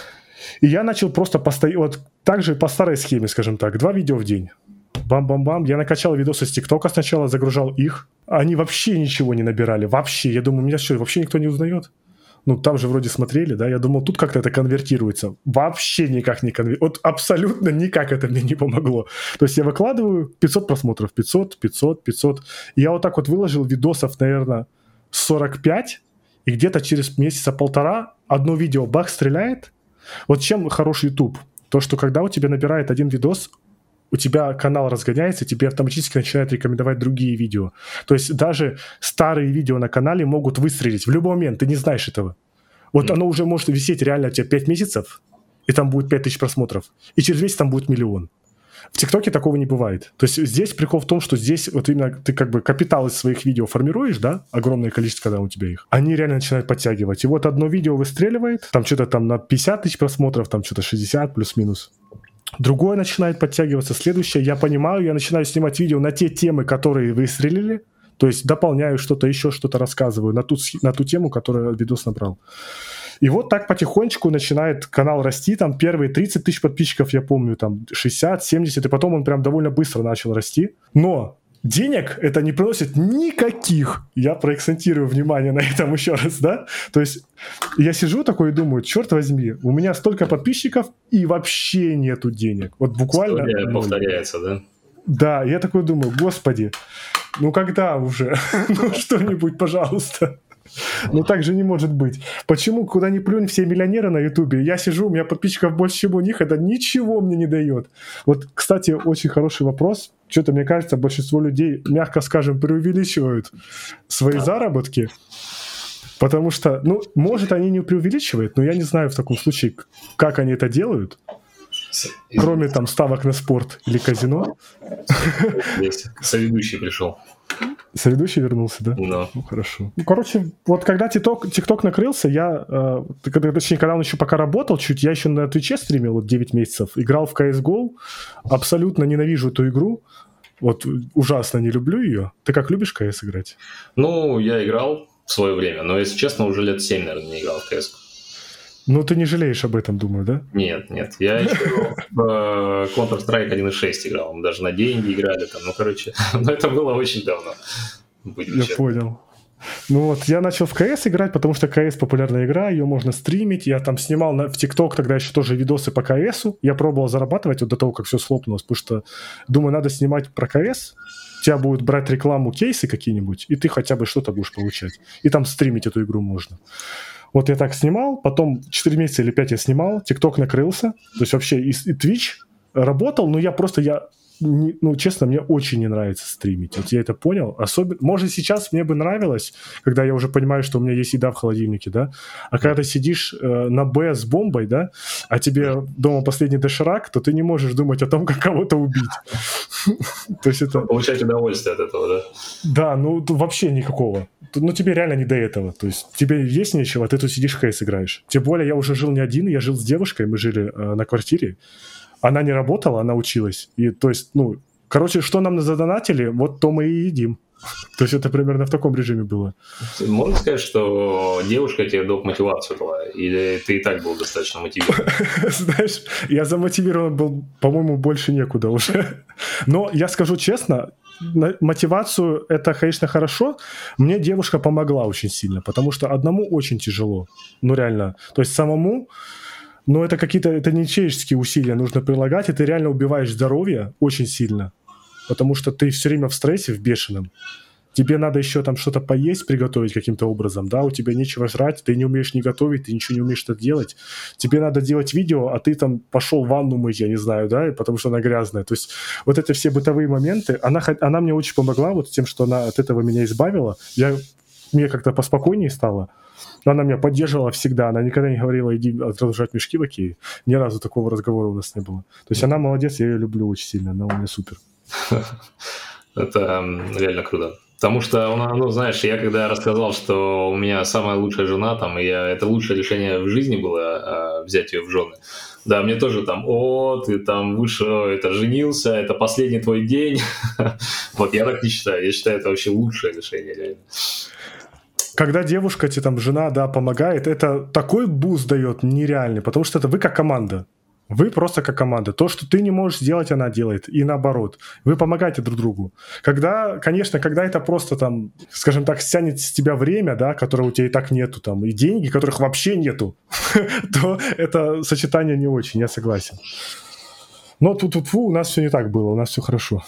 И я начал просто постоянно... Вот так же по старой схеме, скажем так. Два видео в день. Бам-бам-бам. Я накачал видосы с ТикТока сначала, загружал их. Они вообще ничего не набирали. Вообще. Я думаю, меня что, вообще никто не узнает? Ну, там же вроде смотрели, да, я думал, тут как-то это конвертируется. Вообще никак не конвертируется. Вот абсолютно никак это мне не помогло. То есть я выкладываю пятьсот просмотров, пятьсот, пятьсот, пятьсот. И я вот так вот выложил видосов, наверное, сорок пять, и где-то через месяца полтора одно видео бах стреляет. Вот чем хороший YouTube? То, что когда у тебя набирает один видос, у тебя канал разгоняется, тебе автоматически начинают рекомендовать другие видео. То есть даже старые видео на канале могут выстрелить в любой момент, ты не знаешь этого. Вот mm. оно уже может висеть реально у тебя пять месяцев, и там будет пять тысяч просмотров, и через месяц там будет миллион. В ТикТоке такого не бывает. То есть здесь прикол в том, что здесь вот именно ты как бы капитал из своих видео формируешь, да, огромное количество, когда у тебя их, они реально начинают подтягивать. И вот одно видео выстреливает, там что-то там на пятьдесят тысяч просмотров, там что-то шестьдесят плюс-минус. Другое начинает подтягиваться, следующее, я понимаю, я начинаю снимать видео на те темы, которые выстрелили, то есть дополняю что-то, еще что-то рассказываю на ту, на ту тему, которую видос набрал. И вот так потихонечку начинает канал расти, там первые тридцать тысяч подписчиков, я помню, там шестьдесят, семьдесят, и потом он прям довольно быстро начал расти. Но денег это не приносит никаких. Я проакцентирую внимание на этом еще раз, да? То есть я сижу такой и думаю, черт возьми, у меня столько подписчиков и вообще нету денег. Вот буквально... История повторяется, да? Да, я такой думаю, господи, ну когда уже? Ну что-нибудь, пожалуйста. Ну так же не может быть. Почему, куда ни плюнь, все миллионеры на Ютубе? Я сижу, у меня подписчиков больше, чем у них, это ничего мне не дает. Вот, кстати, очень хороший вопрос. Что-то, мне кажется, большинство людей, мягко скажем, преувеличивают свои заработки. Потому что, ну, может, они не преувеличивают, но я не знаю в таком случае, как они это делают. Кроме там ставок на спорт или казино. Соведущий пришел. Соведущий вернулся, да? No. Ну, хорошо. Ну, короче, вот когда TikTok, TikTok накрылся, я, э, когда, точнее, когда он еще пока работал чуть, я еще на Твиче стримил вот девять месяцев, играл в си эс го, абсолютно ненавижу эту игру, вот ужасно не люблю ее. Ты как, любишь си эс играть? Ну, я играл в свое время, но, если честно, уже лет семь, наверное, не играл в си эс. Ну, ты не жалеешь об этом, думаю, да? Нет, нет. Я еще в Counter-Strike один точка шесть играл. Мы даже на деньги играли там. Ну, короче, но это было очень давно. Будем я честны. Понял. Ну вот, я начал в си эс играть, потому что си эс популярная игра, ее можно стримить. Я там снимал на, в TikTok тогда еще тоже видосы по си эс. Я пробовал зарабатывать вот до того, как все слопнулось, потому что, думаю, надо снимать про си эс. Тебя будут брать рекламу, кейсы какие-нибудь, и ты хотя бы что-то будешь получать. И там стримить эту игру можно. Вот я так снимал, потом четыре месяца или пять я снимал, TikTok накрылся, то есть вообще и, и Twitch работал, но я просто, я, не, ну, честно, мне очень не нравится стримить, вот я это понял, особенно, может, сейчас мне бы нравилось, когда я уже понимаю, что у меня есть еда в холодильнике, да, а когда ты сидишь э, на Б с бомбой, да, а тебе дома последний доширак, то ты не можешь думать о том, как кого-то убить. То есть это... Получать удовольствие от этого, да? Да, ну вообще никакого. Ну тебе реально не до этого. То есть тебе есть нечего, а ты тут сидишь в си эс играешь. Тем более я уже жил не один, я жил с девушкой, мы жили э, на квартире. Она не работала, она училась. И то есть, ну, короче, что нам задонатили, вот то мы и едим. То есть это примерно в таком режиме было. Можно сказать, что девушка тебе док мотивацию дала? Или ты и так был достаточно мотивирован? Знаешь, я замотивирован был, по-моему, больше некуда уже. Но я скажу честно, мотивацию это, конечно, хорошо. Мне девушка помогла очень сильно, потому что одному очень тяжело. Ну, реально. То есть самому, ну, это какие-то, это не человеческие усилия нужно прилагать, и ты реально убиваешь здоровье очень сильно. Потому что ты все время в стрессе, в бешеном. Тебе надо еще там что-то поесть, приготовить каким-то образом, да, у тебя нечего жрать, ты не умеешь не готовить, ты ничего не умеешь что делать. Тебе надо делать видео, а ты там пошел ванну мыть, я не знаю, да, потому что она грязная. То есть вот это все бытовые моменты, она, она мне очень помогла вот тем, что она от этого меня избавила. Я, мне как-то поспокойнее стало. Она меня поддерживала всегда, она никогда не говорила, иди разгружать мешки в Икее. Ни разу такого разговора у нас не было. То есть она молодец, я ее люблю очень сильно, она у меня супер. Это реально круто. Потому что, ну, знаешь, я когда рассказал, что у меня самая лучшая жена, там, и я, это лучшее решение в жизни было взять ее в жены. Да, мне тоже там, о, ты там вышел, это женился, это последний твой день. Вот я так не считаю. Я считаю, это вообще лучшее решение, реально. Когда девушка тебе там, жена, да, помогает, это такой буст дает нереальный, потому что это вы как команда. Вы просто как команда. То, что ты не можешь сделать, она делает. И наоборот. Вы помогаете друг другу. Когда, конечно, когда это просто там, скажем так, стянет с тебя время, да, которого у тебя и так нету, там, и деньги, которых вообще нету, то это сочетание не очень, я согласен. Но тут-тут-фу, у нас все не так было, у нас все хорошо.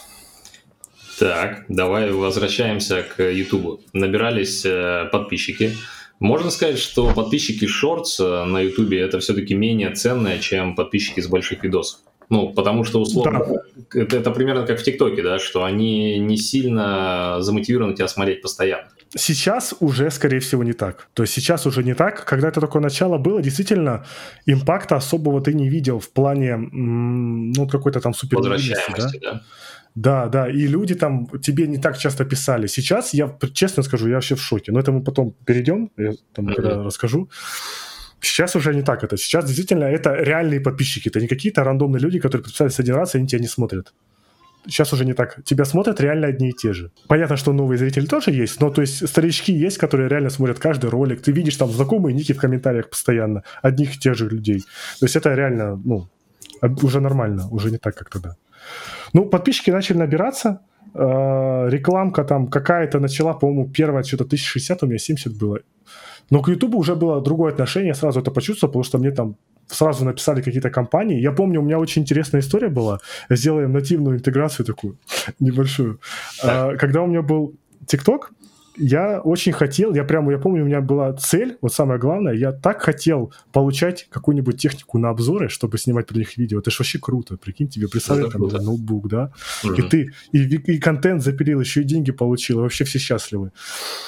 Так, давай возвращаемся к Ютубу. Набирались э, подписчики. Можно сказать, что подписчики шортс на Ютубе это все-таки менее ценное, чем подписчики с больших видосов. Ну, потому что, условно, да. это, это примерно как в ТикТоке, да, что они не сильно замотивированы тебя смотреть постоянно. Сейчас уже, скорее всего, не так. То есть сейчас уже не так. Когда это такое начало было, действительно, импакта особого ты не видел в плане, ну, какой-то там супер... Возвращаемости, да? да? Да, да, и люди там тебе не так часто писали. Сейчас, я честно скажу, я вообще в шоке. Но это мы потом перейдем, я там mm-hmm. когда расскажу. Сейчас уже не так это. Сейчас действительно это реальные подписчики. Это не какие-то рандомные люди, которые подписались один раз, и они тебя не смотрят. Сейчас уже не так. Тебя смотрят реально одни и те же. Понятно, что новые зрители тоже есть, но то есть старички есть, которые реально смотрят каждый ролик. Ты видишь там знакомые ники в комментариях постоянно. Одних и тех же людей. То есть это реально, ну, уже нормально. Уже не так, как тогда. Ну, подписчики начали набираться, э, рекламка там какая-то начала, по-моему, первая что-то тысяча шестьдесят, у меня семьдесят было. Но к Ютубу уже было другое отношение, я сразу это почувствовал, потому что мне там сразу написали какие-то компании. Я помню, у меня очень интересная история была, сделаем нативную интеграцию такую небольшую. Э, когда у меня был ТикТок, я очень хотел, я прямо, я помню, у меня была цель, вот самое главное, я так хотел получать какую-нибудь технику на обзоры, чтобы снимать про них видео. Это ж вообще круто, прикинь, тебе прислали там да, ноутбук, да, угу. и ты и, и контент запилил, еще и деньги получил, и вообще все счастливы.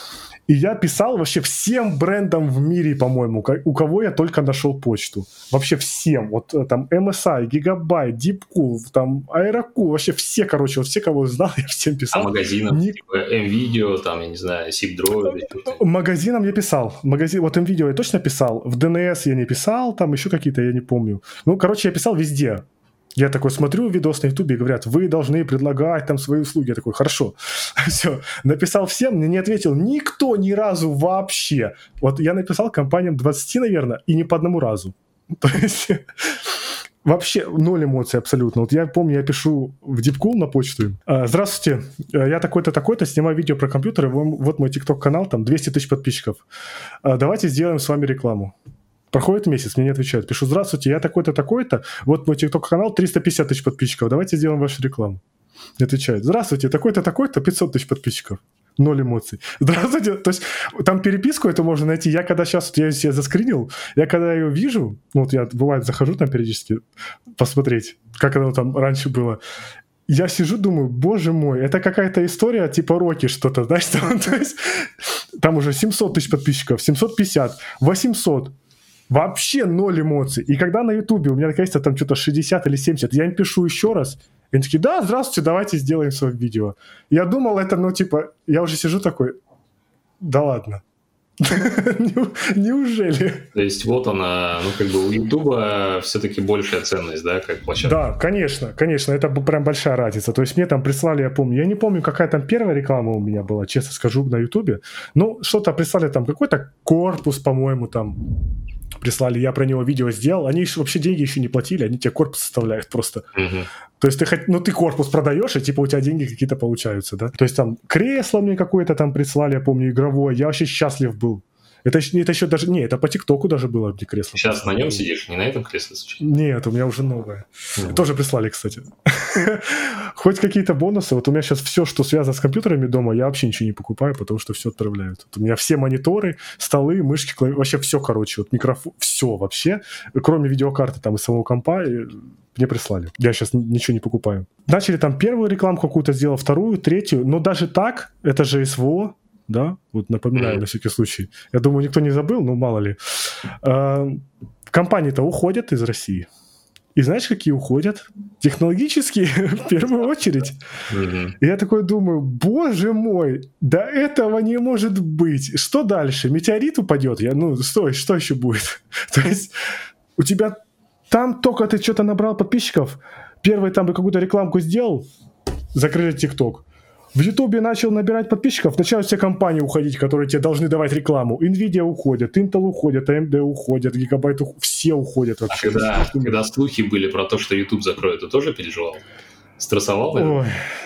И я писал вообще всем брендам в мире, по-моему, у кого я только нашел почту. Вообще всем. Вот там эм эс ай, Gigabyte, Deepcool, там Aerocool, вообще все, короче, вот все, кого знал, я всем писал. А магазинам, не... типа M-Video, там, я не знаю, SIP-Droid. Магазинам я писал. Магазин, вот M-Video я точно писал. В ди эн эс я не писал, там еще какие-то, я не помню. Ну, короче, я писал везде. Я такой смотрю видос на ютубе, говорят, вы должны предлагать там свои услуги. Я такой, хорошо. Все, написал всем, мне не ответил никто ни разу вообще. Вот я написал компаниям двадцать, наверное, и не по одному разу. То есть вообще ноль эмоций абсолютно. Вот я помню, я пишу в Deepcool на почту. Здравствуйте, я такой-то, такой-то, снимаю видео про компьютеры, вот мой TikTok-канал, там двести тысяч подписчиков. Давайте сделаем с вами рекламу. Проходит месяц, мне не отвечают. Пишу, здравствуйте, я такой-то, такой-то, вот мой TikTok-канал, триста пятьдесят тысяч подписчиков, давайте сделаем вашу рекламу. Не отвечают. Здравствуйте, такой-то, такой-то, пятьсот тысяч подписчиков. Ноль эмоций. Здравствуйте. То есть там переписку эту можно найти. Я когда сейчас, вот я себе заскринил, я когда ее вижу, ну вот я, бывает, захожу там периодически посмотреть, как оно там раньше было, я сижу, думаю, боже мой, это какая-то история типа Рокки что-то, знаешь, там, то есть, там уже семьсот тысяч подписчиков, семьсот пятьдесят, восемьсот. Вообще ноль эмоций. И когда на ютубе у меня наконец-то там что-то шестьдесят или семьдесят, я им пишу еще раз, и они такие, да, здравствуйте, давайте сделаем свое видео. Я думал, это, ну, типа, я уже сижу такой, да ладно. Неужели? То есть вот она, ну, как бы у ютуба все-таки большая ценность, да, как площадка? Да, конечно, конечно, это прям большая разница. То есть мне там прислали, я помню, я не помню, какая там первая реклама у меня была, честно скажу, на ютубе. Ну, что-то прислали там, какой-то корпус, по-моему, там прислали, я про него видео сделал, они вообще деньги еще не платили, они тебе корпус составляют просто. Угу. То есть ты хоть, ну ты корпус продаешь, и типа у тебя деньги какие-то получаются, да? То есть там кресло мне какое-то там прислали, я помню, игровое, я вообще счастлив был. Это, это еще даже, не, это по ТикТоку даже было, где кресло. Сейчас на нем сидишь, не на этом кресле? Нет, у меня уже новое. Mm. Тоже прислали, кстати. Хоть какие-то бонусы. Вот у меня сейчас все, что связано с компьютерами дома, я вообще ничего не покупаю, потому что все отправляют. Вот у меня все мониторы, столы, мышки, клави... вообще все, короче, вот микрофон, все вообще, кроме видеокарты там и самого компа, мне прислали. Я сейчас ничего не покупаю. Начали там первую рекламу какую-то, сделал вторую, третью, но даже так, это же СВО, да, вот напоминаю mm-hmm. на всякий случай. Я думаю, никто не забыл, но мало ли. А, компании-то уходят из России. И знаешь, какие уходят? Технологические, в первую очередь. Mm-hmm. И я такой думаю, боже мой, да этого не может быть. Что дальше? Метеорит упадет? Я, ну, стой, что еще будет? То есть у тебя там только ты что-то набрал подписчиков, первый там какую-то рекламку сделал, закрыли ТикТок. В Ютубе начал набирать подписчиков, начинают все компании уходить, которые тебе должны давать рекламу. Nvidia уходит, Intel уходит, эй эм ди уходит, Gigabyte уходит, все уходят вообще. А когда, когда слухи были про то, что YouTube закроют, ты тоже переживал? Стрессовал? Ой,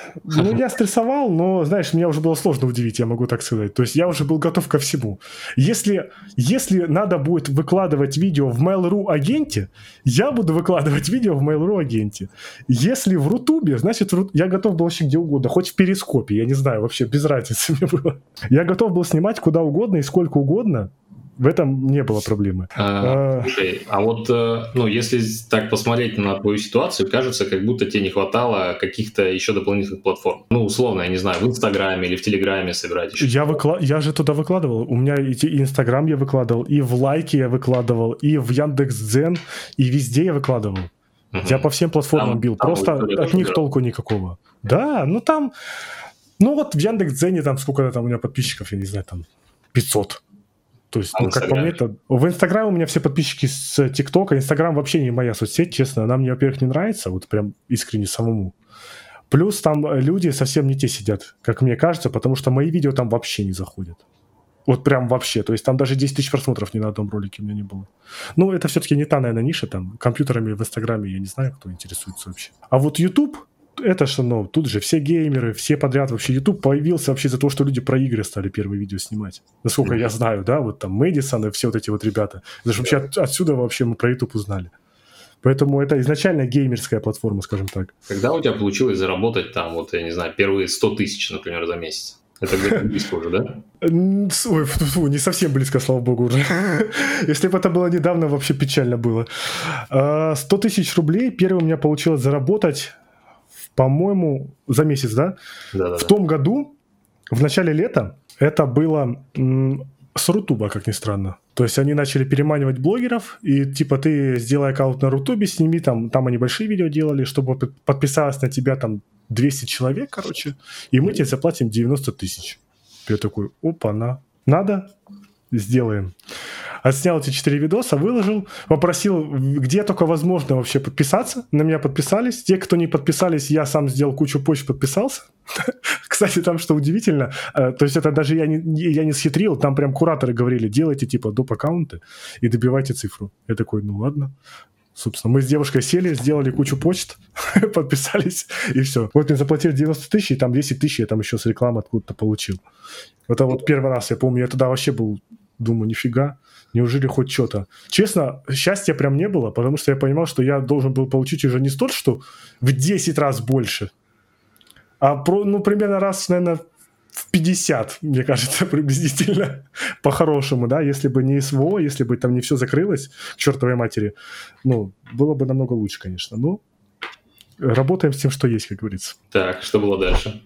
ну я стрессовал, но, знаешь, меня уже было сложно удивить, я могу так сказать. То есть я уже был готов ко всему. Если, если надо будет выкладывать видео в Mail.ru агенте, я буду выкладывать видео в Mail.ru агенте. Если в Рутубе, значит, я готов был вообще где угодно, хоть в Перископе, я не знаю, вообще без разницы мне было. Я готов был снимать куда угодно и сколько угодно. В этом не было проблемы. А, а... Слушай, а вот, ну, если так посмотреть на твою ситуацию, кажется, как будто тебе не хватало каких-то еще дополнительных платформ. Ну, условно, я не знаю, в Инстаграме или в Телеграме собирать еще. Я, выкла... я же туда выкладывал. У меня и Инстаграм я выкладывал, и в Лайке я выкладывал, и в Яндекс.Дзен, и везде я выкладывал. Угу. Я по всем платформам там, бил. Там просто от них толку никакого. Да, ну там... Ну вот в Яндекс.Дзене там сколько там у меня подписчиков, я не знаю, там пятьсот. То есть, а ну, как по мне, это... В Инстаграме у меня все подписчики с ТикТока. Инстаграм вообще не моя соцсеть, честно. Она мне, во-первых, не нравится, вот прям искренне самому. Плюс там люди совсем не те сидят, как мне кажется, потому что мои видео там вообще не заходят. Вот прям вообще. То есть там даже десять тысяч просмотров ни на одном ролике у меня не было. Ну, это все-таки не та, наверное, ниша. Там компьютерами в Инстаграме я не знаю, кто интересуется вообще. А вот YouTube... Это что, ну, тут же все геймеры, все подряд. Вообще YouTube появился вообще из-за того, что люди про игры стали первые видео снимать. Насколько mm-hmm. я знаю, да, вот там Мэдисон и все вот эти вот ребята. Это же вообще от, отсюда вообще мы про YouTube узнали. Поэтому это изначально геймерская платформа, скажем так. Когда у тебя получилось заработать там, вот, я не знаю, первые сто тысяч, например, за месяц? Это где-то близко уже, да? Ой, фу, не совсем близко, слава богу, уже. Если бы это было недавно, вообще печально было. сто тысяч рублей первым у меня получилось заработать... По-моему, за месяц, да? Да-да-да. В том году, в начале лета, Это было м, с Рутуба, как ни странно. То есть они начали переманивать блогеров, и типа ты сделай аккаунт на Рутубе, сними там, там они большие видео делали, чтобы под- подписалось на тебя там двести человек, короче, и мы тебе заплатим девяносто тысяч. Я такой, опа-на, надо? Сделаем. Отснял эти четыре видоса, выложил, попросил, где только возможно вообще подписаться. На меня подписались. Те, кто не подписались, я сам сделал кучу почт, подписался. Кстати, там, что удивительно, то есть это даже я не, я не схитрил, там прям кураторы говорили, делайте типа доп. Аккаунты и добивайте цифру. Я такой, ну ладно. Собственно, мы с девушкой сели, сделали кучу почт, подписались, и все. Вот мне заплатили девяносто тысяч, и там десять тысяч я там еще с рекламы откуда-то получил. Это вот первый раз, я помню, я тогда вообще был, думаю, нифига, неужели хоть что-то. Честно, счастья прям не было, потому что я понимал, что я должен был получить уже не столько, что в десять раз больше, а про, ну, примерно раз, наверное, в пятьдесят, мне кажется, приблизительно, по-хорошему, да, если бы не СВО, если бы там не все закрылось, к чертовой матери, ну, было бы намного лучше, конечно, но работаем с тем, что есть, как говорится. Так, что было дальше?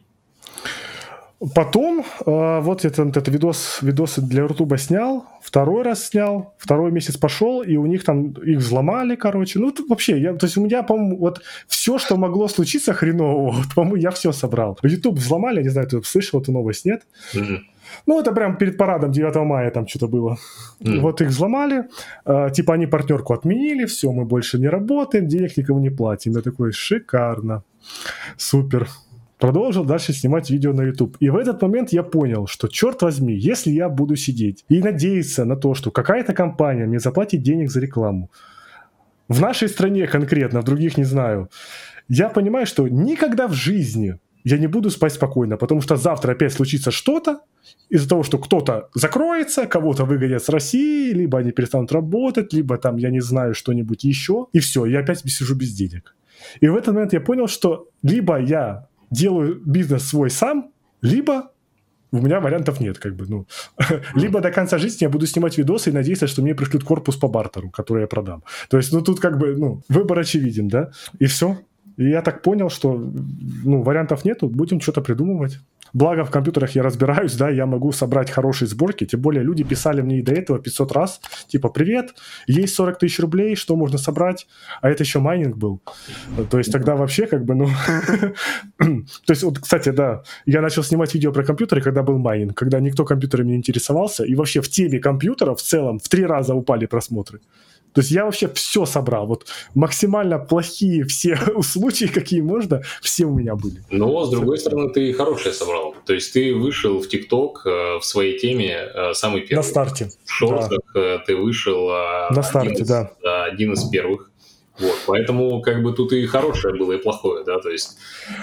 Потом, э, вот это, это видос, видосы для Рутуба снял, второй раз снял, второй месяц пошел, и у них там, их взломали, короче. Ну, тут вообще, я, то есть у меня, по-моему, вот все, что могло случиться хренового, вот, по-моему, я все собрал. YouTube взломали, я не знаю, ты слышал эту новость, нет? Mm-hmm. Ну, это прям перед парадом девятого мая там что-то было. Mm-hmm. Вот их взломали, э, типа они партнерку отменили, все, мы больше не работаем, денег никому не платим. Я такой, шикарно, супер. Продолжил дальше снимать видео на YouTube. И в этот момент я понял, что, черт возьми, если я буду сидеть и надеяться на то, что какая-то компания мне заплатит денег за рекламу, в нашей стране конкретно, в других не знаю, я понимаю, что никогда в жизни я не буду спать спокойно, потому что завтра опять случится что-то, из-за того, что кто-то закроется, кого-то выгонят с России, либо они перестанут работать, либо там, я не знаю, что-нибудь еще, и все, я опять сижу без денег. И в этот момент я понял, что либо я делаю бизнес свой сам, либо у меня вариантов нет, как бы, ну. Либо до конца жизни я буду снимать видосы и надеяться, что мне пришлют корпус по бартеру, который я продам. То есть, ну, тут как бы, ну, выбор очевиден, да, и все. И я так понял, что, ну, вариантов нету, будем что-то придумывать. Благо в компьютерах я разбираюсь, да, я могу собрать хорошие сборки, тем более люди писали мне и до этого пятьсот раз, типа, привет, есть сорок тысяч рублей, что можно собрать, а это еще майнинг был. То есть тогда вообще как бы, ну... То есть вот, кстати, да, я начал снимать видео про компьютеры, когда был майнинг, когда никто компьютерами не интересовался, и вообще в теме компьютеров в целом в три раза упали просмотры. То есть я вообще все собрал. Вот максимально плохие все случаи, какие можно, все у меня были. Но, с другой стороны, ты хорошее собрал. То есть ты вышел в ТикТок э, в своей теме э, самый первый. На старте. В шортах да. ты вышел э, На старте, один, из, да. Да, один из первых. Вот, поэтому как бы тут и хорошее было, и плохое, да, то есть...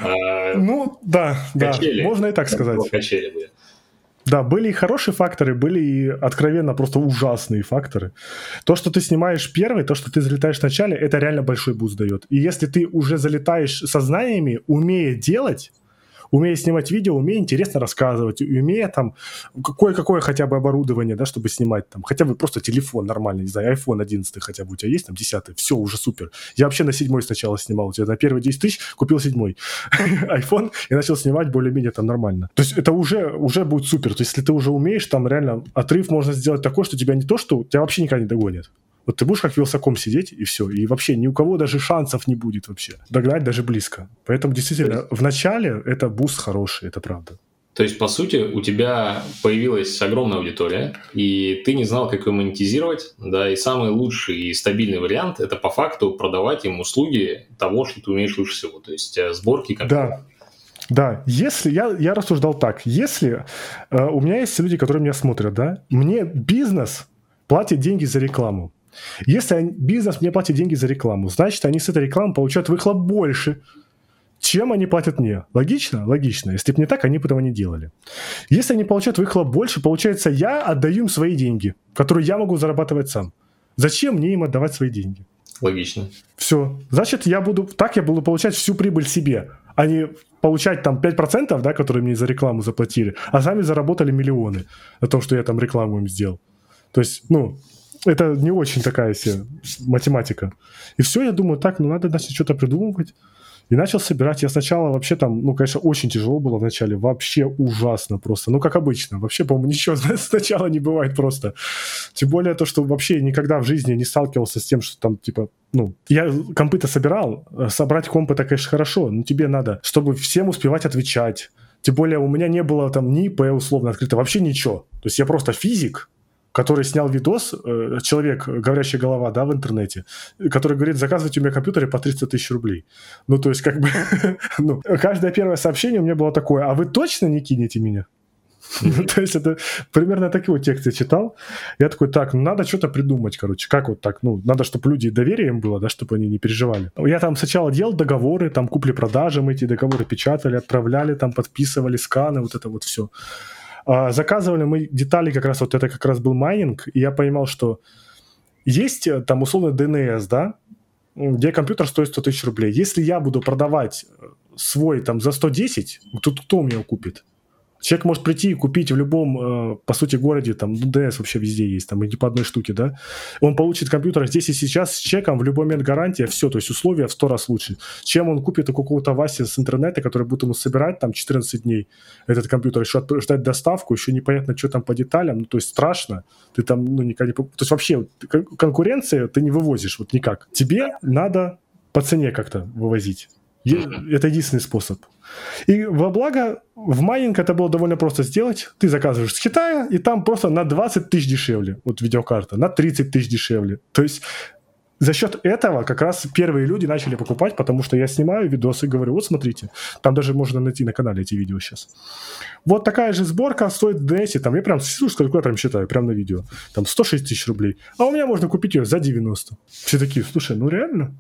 Э, ну, да, качели, да, можно и так сказать. Качели были. Да, были и хорошие факторы, были и откровенно просто ужасные факторы. То, что ты снимаешь первый, то, что ты залетаешь в начале, это реально большой буст дает. И если ты уже залетаешь со знаниями, умея делать, умея снимать видео, умея интересно рассказывать, умея там какое-какое хотя бы оборудование, да, чтобы снимать там, хотя бы просто телефон нормальный, не знаю, айфон одиннадцатый хотя бы у тебя есть, там десятый, все, уже супер. Я вообще на седьмой сначала снимал, у тебя на первые десять тысяч купил седьмой айфон и начал снимать более-менее там нормально. То есть это уже, уже будет супер. То есть если ты уже умеешь, там реально отрыв можно сделать такой, что тебя не то, что тебя вообще никогда не догонят. Вот ты будешь как вилсаком сидеть, и все. И вообще ни у кого даже шансов не будет вообще догнать даже близко. Поэтому действительно есть... в начале это буст хороший, это правда. То есть, по сути, у тебя появилась огромная аудитория, и ты не знал, как ее монетизировать, да, и самый лучший и стабильный вариант – это по факту продавать им услуги того, что ты умеешь лучше всего, то есть сборки контента. Да. Да, если я, я рассуждал так, если э, у меня есть люди, которые меня смотрят, да, мне бизнес платит деньги за рекламу. Если бизнес мне платит деньги за рекламу, значит, они с этой рекламы получают выхлоп больше, чем они платят мне. Логично? Логично. Если бы не так, они бы этого не делали. Если они получают выхлоп больше, получается, я отдаю им свои деньги, которые я могу зарабатывать сам. Зачем мне им отдавать свои деньги? Логично. Все. Значит, я буду, так я буду получать всю прибыль себе, а не получать там пять процентов, да, которые мне за рекламу заплатили, а сами заработали миллионы на том, что я там рекламу им сделал. То есть, ну... Это не очень такая себе математика. И все, я думаю, так, ну надо, значит, что-то придумывать. И начал собирать. Я сначала вообще там, ну, конечно, очень тяжело было вначале. Вообще ужасно просто. Ну, как обычно. Вообще, по-моему, ничего сначала не бывает просто. Тем более то, что вообще никогда в жизни не сталкивался с тем, что там, типа, ну, я компы-то собирал. Собрать комп это, конечно, хорошо. Но тебе надо, чтобы всем успевать отвечать. Тем более у меня не было там ни ИП условно открыто. Вообще ничего. То есть я просто физик, который снял видос, э, человек, говорящая голова, да, в интернете, который говорит, заказывайте у меня компьютеры по триста тысяч рублей. Ну, то есть, как бы, ну, каждое первое сообщение у меня было такое, а вы точно не кинете меня? То есть, это примерно такой текст я читал. Я такой, так, ну, надо что-то придумать, короче, как вот так, ну, надо, чтобы люди, доверие им было, да, чтобы они не переживали. Я там сначала делал договоры, там, купли-продажи, мы эти договоры печатали, отправляли, там, подписывали сканы, вот это вот все. Заказывали мы детали, как раз вот это как раз был майнинг, и я понимал, что есть там условно ди эн эс, да, где компьютер стоит сто тысяч рублей. Если я буду продавать свой там за сто десять, то кто у меня купит? Человек может прийти и купить в любом, по сути, городе, там, ди эн эс вообще везде есть, там, и не по одной штуке, да, он получит компьютер здесь и сейчас с чеком, в любой момент гарантия, все, то есть условия в сто раз лучше, чем он купит у какого-то Васи с интернета, который будет ему собирать, там, четырнадцать дней этот компьютер, еще ждать доставку, еще непонятно, что там по деталям, ну, то есть страшно, ты там, ну, никогда не... То есть вообще конкуренция ты не вывозишь, вот никак. Тебе надо по цене как-то вывозить. Это единственный способ. И во благо в майнинг это было довольно просто сделать. Ты заказываешь с Китая, и там просто на двадцать тысяч дешевле. Вот видеокарта, на тридцать тысяч дешевле. То есть за счет этого как раз первые люди начали покупать, потому что я снимаю видосы и говорю, вот смотрите, там даже можно найти на канале эти видео сейчас. Вот такая же сборка стоит в ди эн эс, там я прям сижу с калькулятором считаю, прям на видео, там сто шесть тысяч рублей, а у меня можно купить ее за девяносто. Все такие, слушай, ну реально?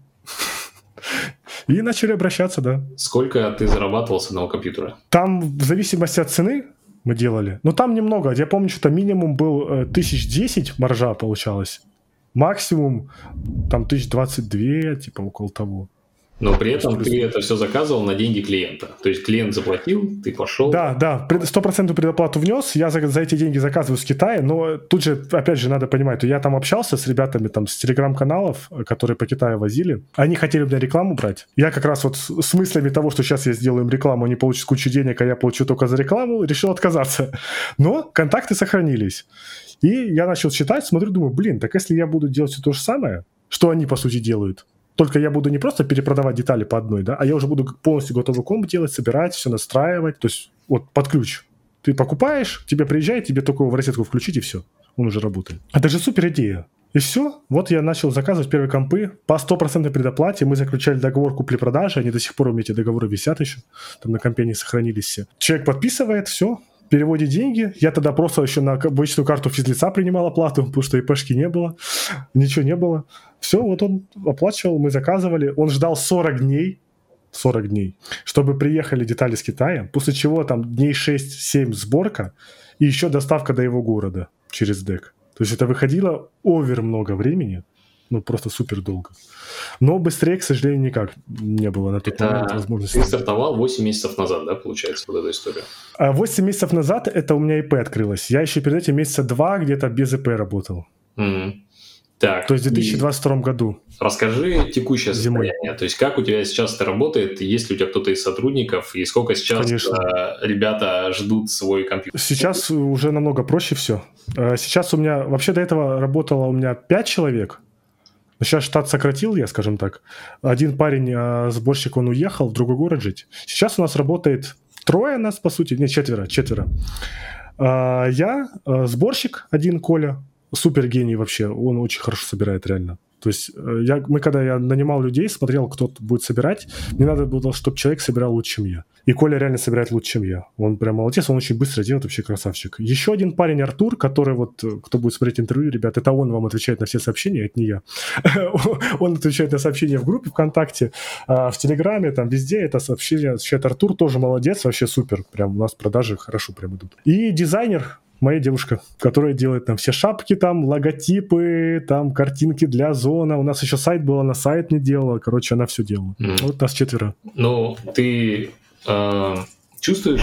И начали обращаться, да. Сколько ты зарабатывал с одного компьютера? Там в зависимости от цены мы делали. Но там немного. Я помню, что минимум был э, тысяч десять маржа получалось. Максимум там тысяч двадцать две, типа около того. Но при этом ты это все заказывал на деньги клиента. То есть клиент заплатил, ты пошел. Да, да, сто процентов предоплату внес, я за, за эти деньги заказываю с Китая, но тут же, опять же, надо понимать, то я там общался с ребятами там с телеграм-каналов, которые по Китаю возили. Они хотели у меня рекламу брать. Я как раз вот с, с мыслями того, что сейчас я сделаю им рекламу, они получат кучу денег, а я получу только за рекламу, решил отказаться. Но контакты сохранились. И я начал считать, смотрю, думаю, блин, так если я буду делать все то же самое, что они, по сути, делают, только я буду не просто перепродавать детали по одной, да, а я уже буду полностью готовый комп делать, собирать, все настраивать. То есть вот под ключ. Ты покупаешь, тебе приезжает, тебе только в розетку включить, и все. Он уже работает. Это же супер идея. И все. Вот я начал заказывать первые компы по стопроцентной предоплате. Мы заключали договор купли-продажи. Они до сих пор у меня эти договоры висят еще. Там на компе они сохранились все. Человек подписывает, все. Переводит деньги. Я тогда просто еще на обычную карту физлица принимал оплату, потому что ИПшки не было. Ничего не было. Все, вот он оплачивал, мы заказывали. Он ждал сорок дней, сорок дней, чтобы приехали детали с Китая, после чего там дней шесть-семь сборка и еще доставка до его города через дэк. То есть это выходило овер много времени, ну просто супер долго. Но быстрее, к сожалению, никак не было на тот это момент возможности. Ты стартовал восемь месяцев назад, да, получается, вот эту историю? восемь месяцев назад это у меня ИП открылось. Я еще перед этим месяца два где-то без ИП работал. Mm-hmm. Так, то есть в две тысячи двадцать втором году. Расскажи текущее Зимой. состояние. То есть как у тебя сейчас это работает, есть ли у тебя кто-то из сотрудников, и сколько сейчас Конечно. ребята ждут свой компьютер? Сейчас уже намного проще все. Сейчас у меня, вообще до этого работало у меня пять человек. Сейчас штат сократил я, скажем так. Один парень, сборщик, он уехал в другой город жить. Сейчас у нас работает трое нас, по сути, нет, четверо, четверо. Я, сборщик один, Коля, супер гений вообще, он очень хорошо собирает реально. То есть я, мы, когда я нанимал людей, смотрел, кто будет собирать, мне надо было, чтобы человек собирал лучше, чем я. И Коля реально собирает лучше, чем я. Он прям молодец, он очень быстро делает, вообще красавчик. Еще один парень, Артур, который вот, кто будет смотреть интервью, ребят, это он вам отвечает на все сообщения, это не я. Он отвечает на сообщения в группе ВКонтакте, в Телеграме, там везде это сообщение отвечает Артур, тоже молодец, вообще супер. Прям у нас продажи хорошо прям идут. И дизайнер, моя девушка, которая делает там все шапки, там логотипы, там картинки для зона. У нас еще сайт был, она сайт не делала. Короче, она все делала. Mm. Вот нас четверо. Ну, ты э, чувствуешь,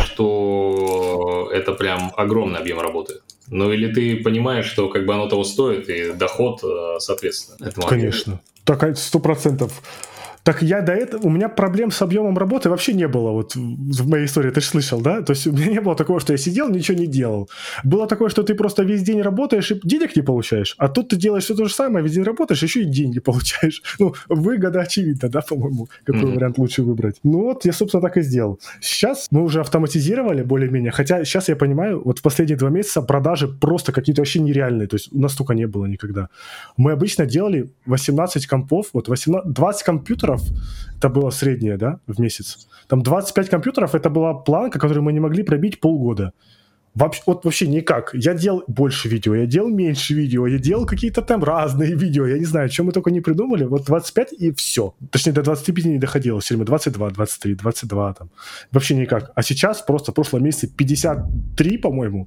что это прям огромный объем работы? Ну, или ты понимаешь, что как бы оно того стоит, и доход, соответственно, этому Конечно. Так, сто процентов. Так я до этого... У меня проблем с объемом работы вообще не было вот в моей истории, ты же слышал, да? То есть у меня не было такого, что я сидел, ничего не делал. Было такое, что ты просто весь день работаешь и денег не получаешь. А тут ты делаешь все то же самое, весь день работаешь, еще и деньги получаешь. Ну, выгода очевидна, да, по-моему, какой mm-hmm. вариант лучше выбрать. Ну вот, я, собственно, так и сделал. Сейчас мы уже автоматизировали более-менее, хотя сейчас я понимаю, вот в последние два месяца продажи просто какие-то вообще нереальные, то есть у нас столько не было никогда. Мы обычно делали восемнадцать компов, вот восемнадцать, двадцать компьютеров, это было среднее, да, в месяц. Там двадцать пять компьютеров, это была планка, которую мы не могли пробить полгода. Вообще, вот вообще никак. Я делал больше видео, я делал меньше видео, я делал какие-то там разные видео, я не знаю, что мы только не придумали. Вот двадцать пять и все. Точнее, до двадцати пяти не доходило все время. двадцать два, двадцать три, двадцать два там. Вообще никак. А сейчас просто в прошлом месяце пятьдесят три, по-моему.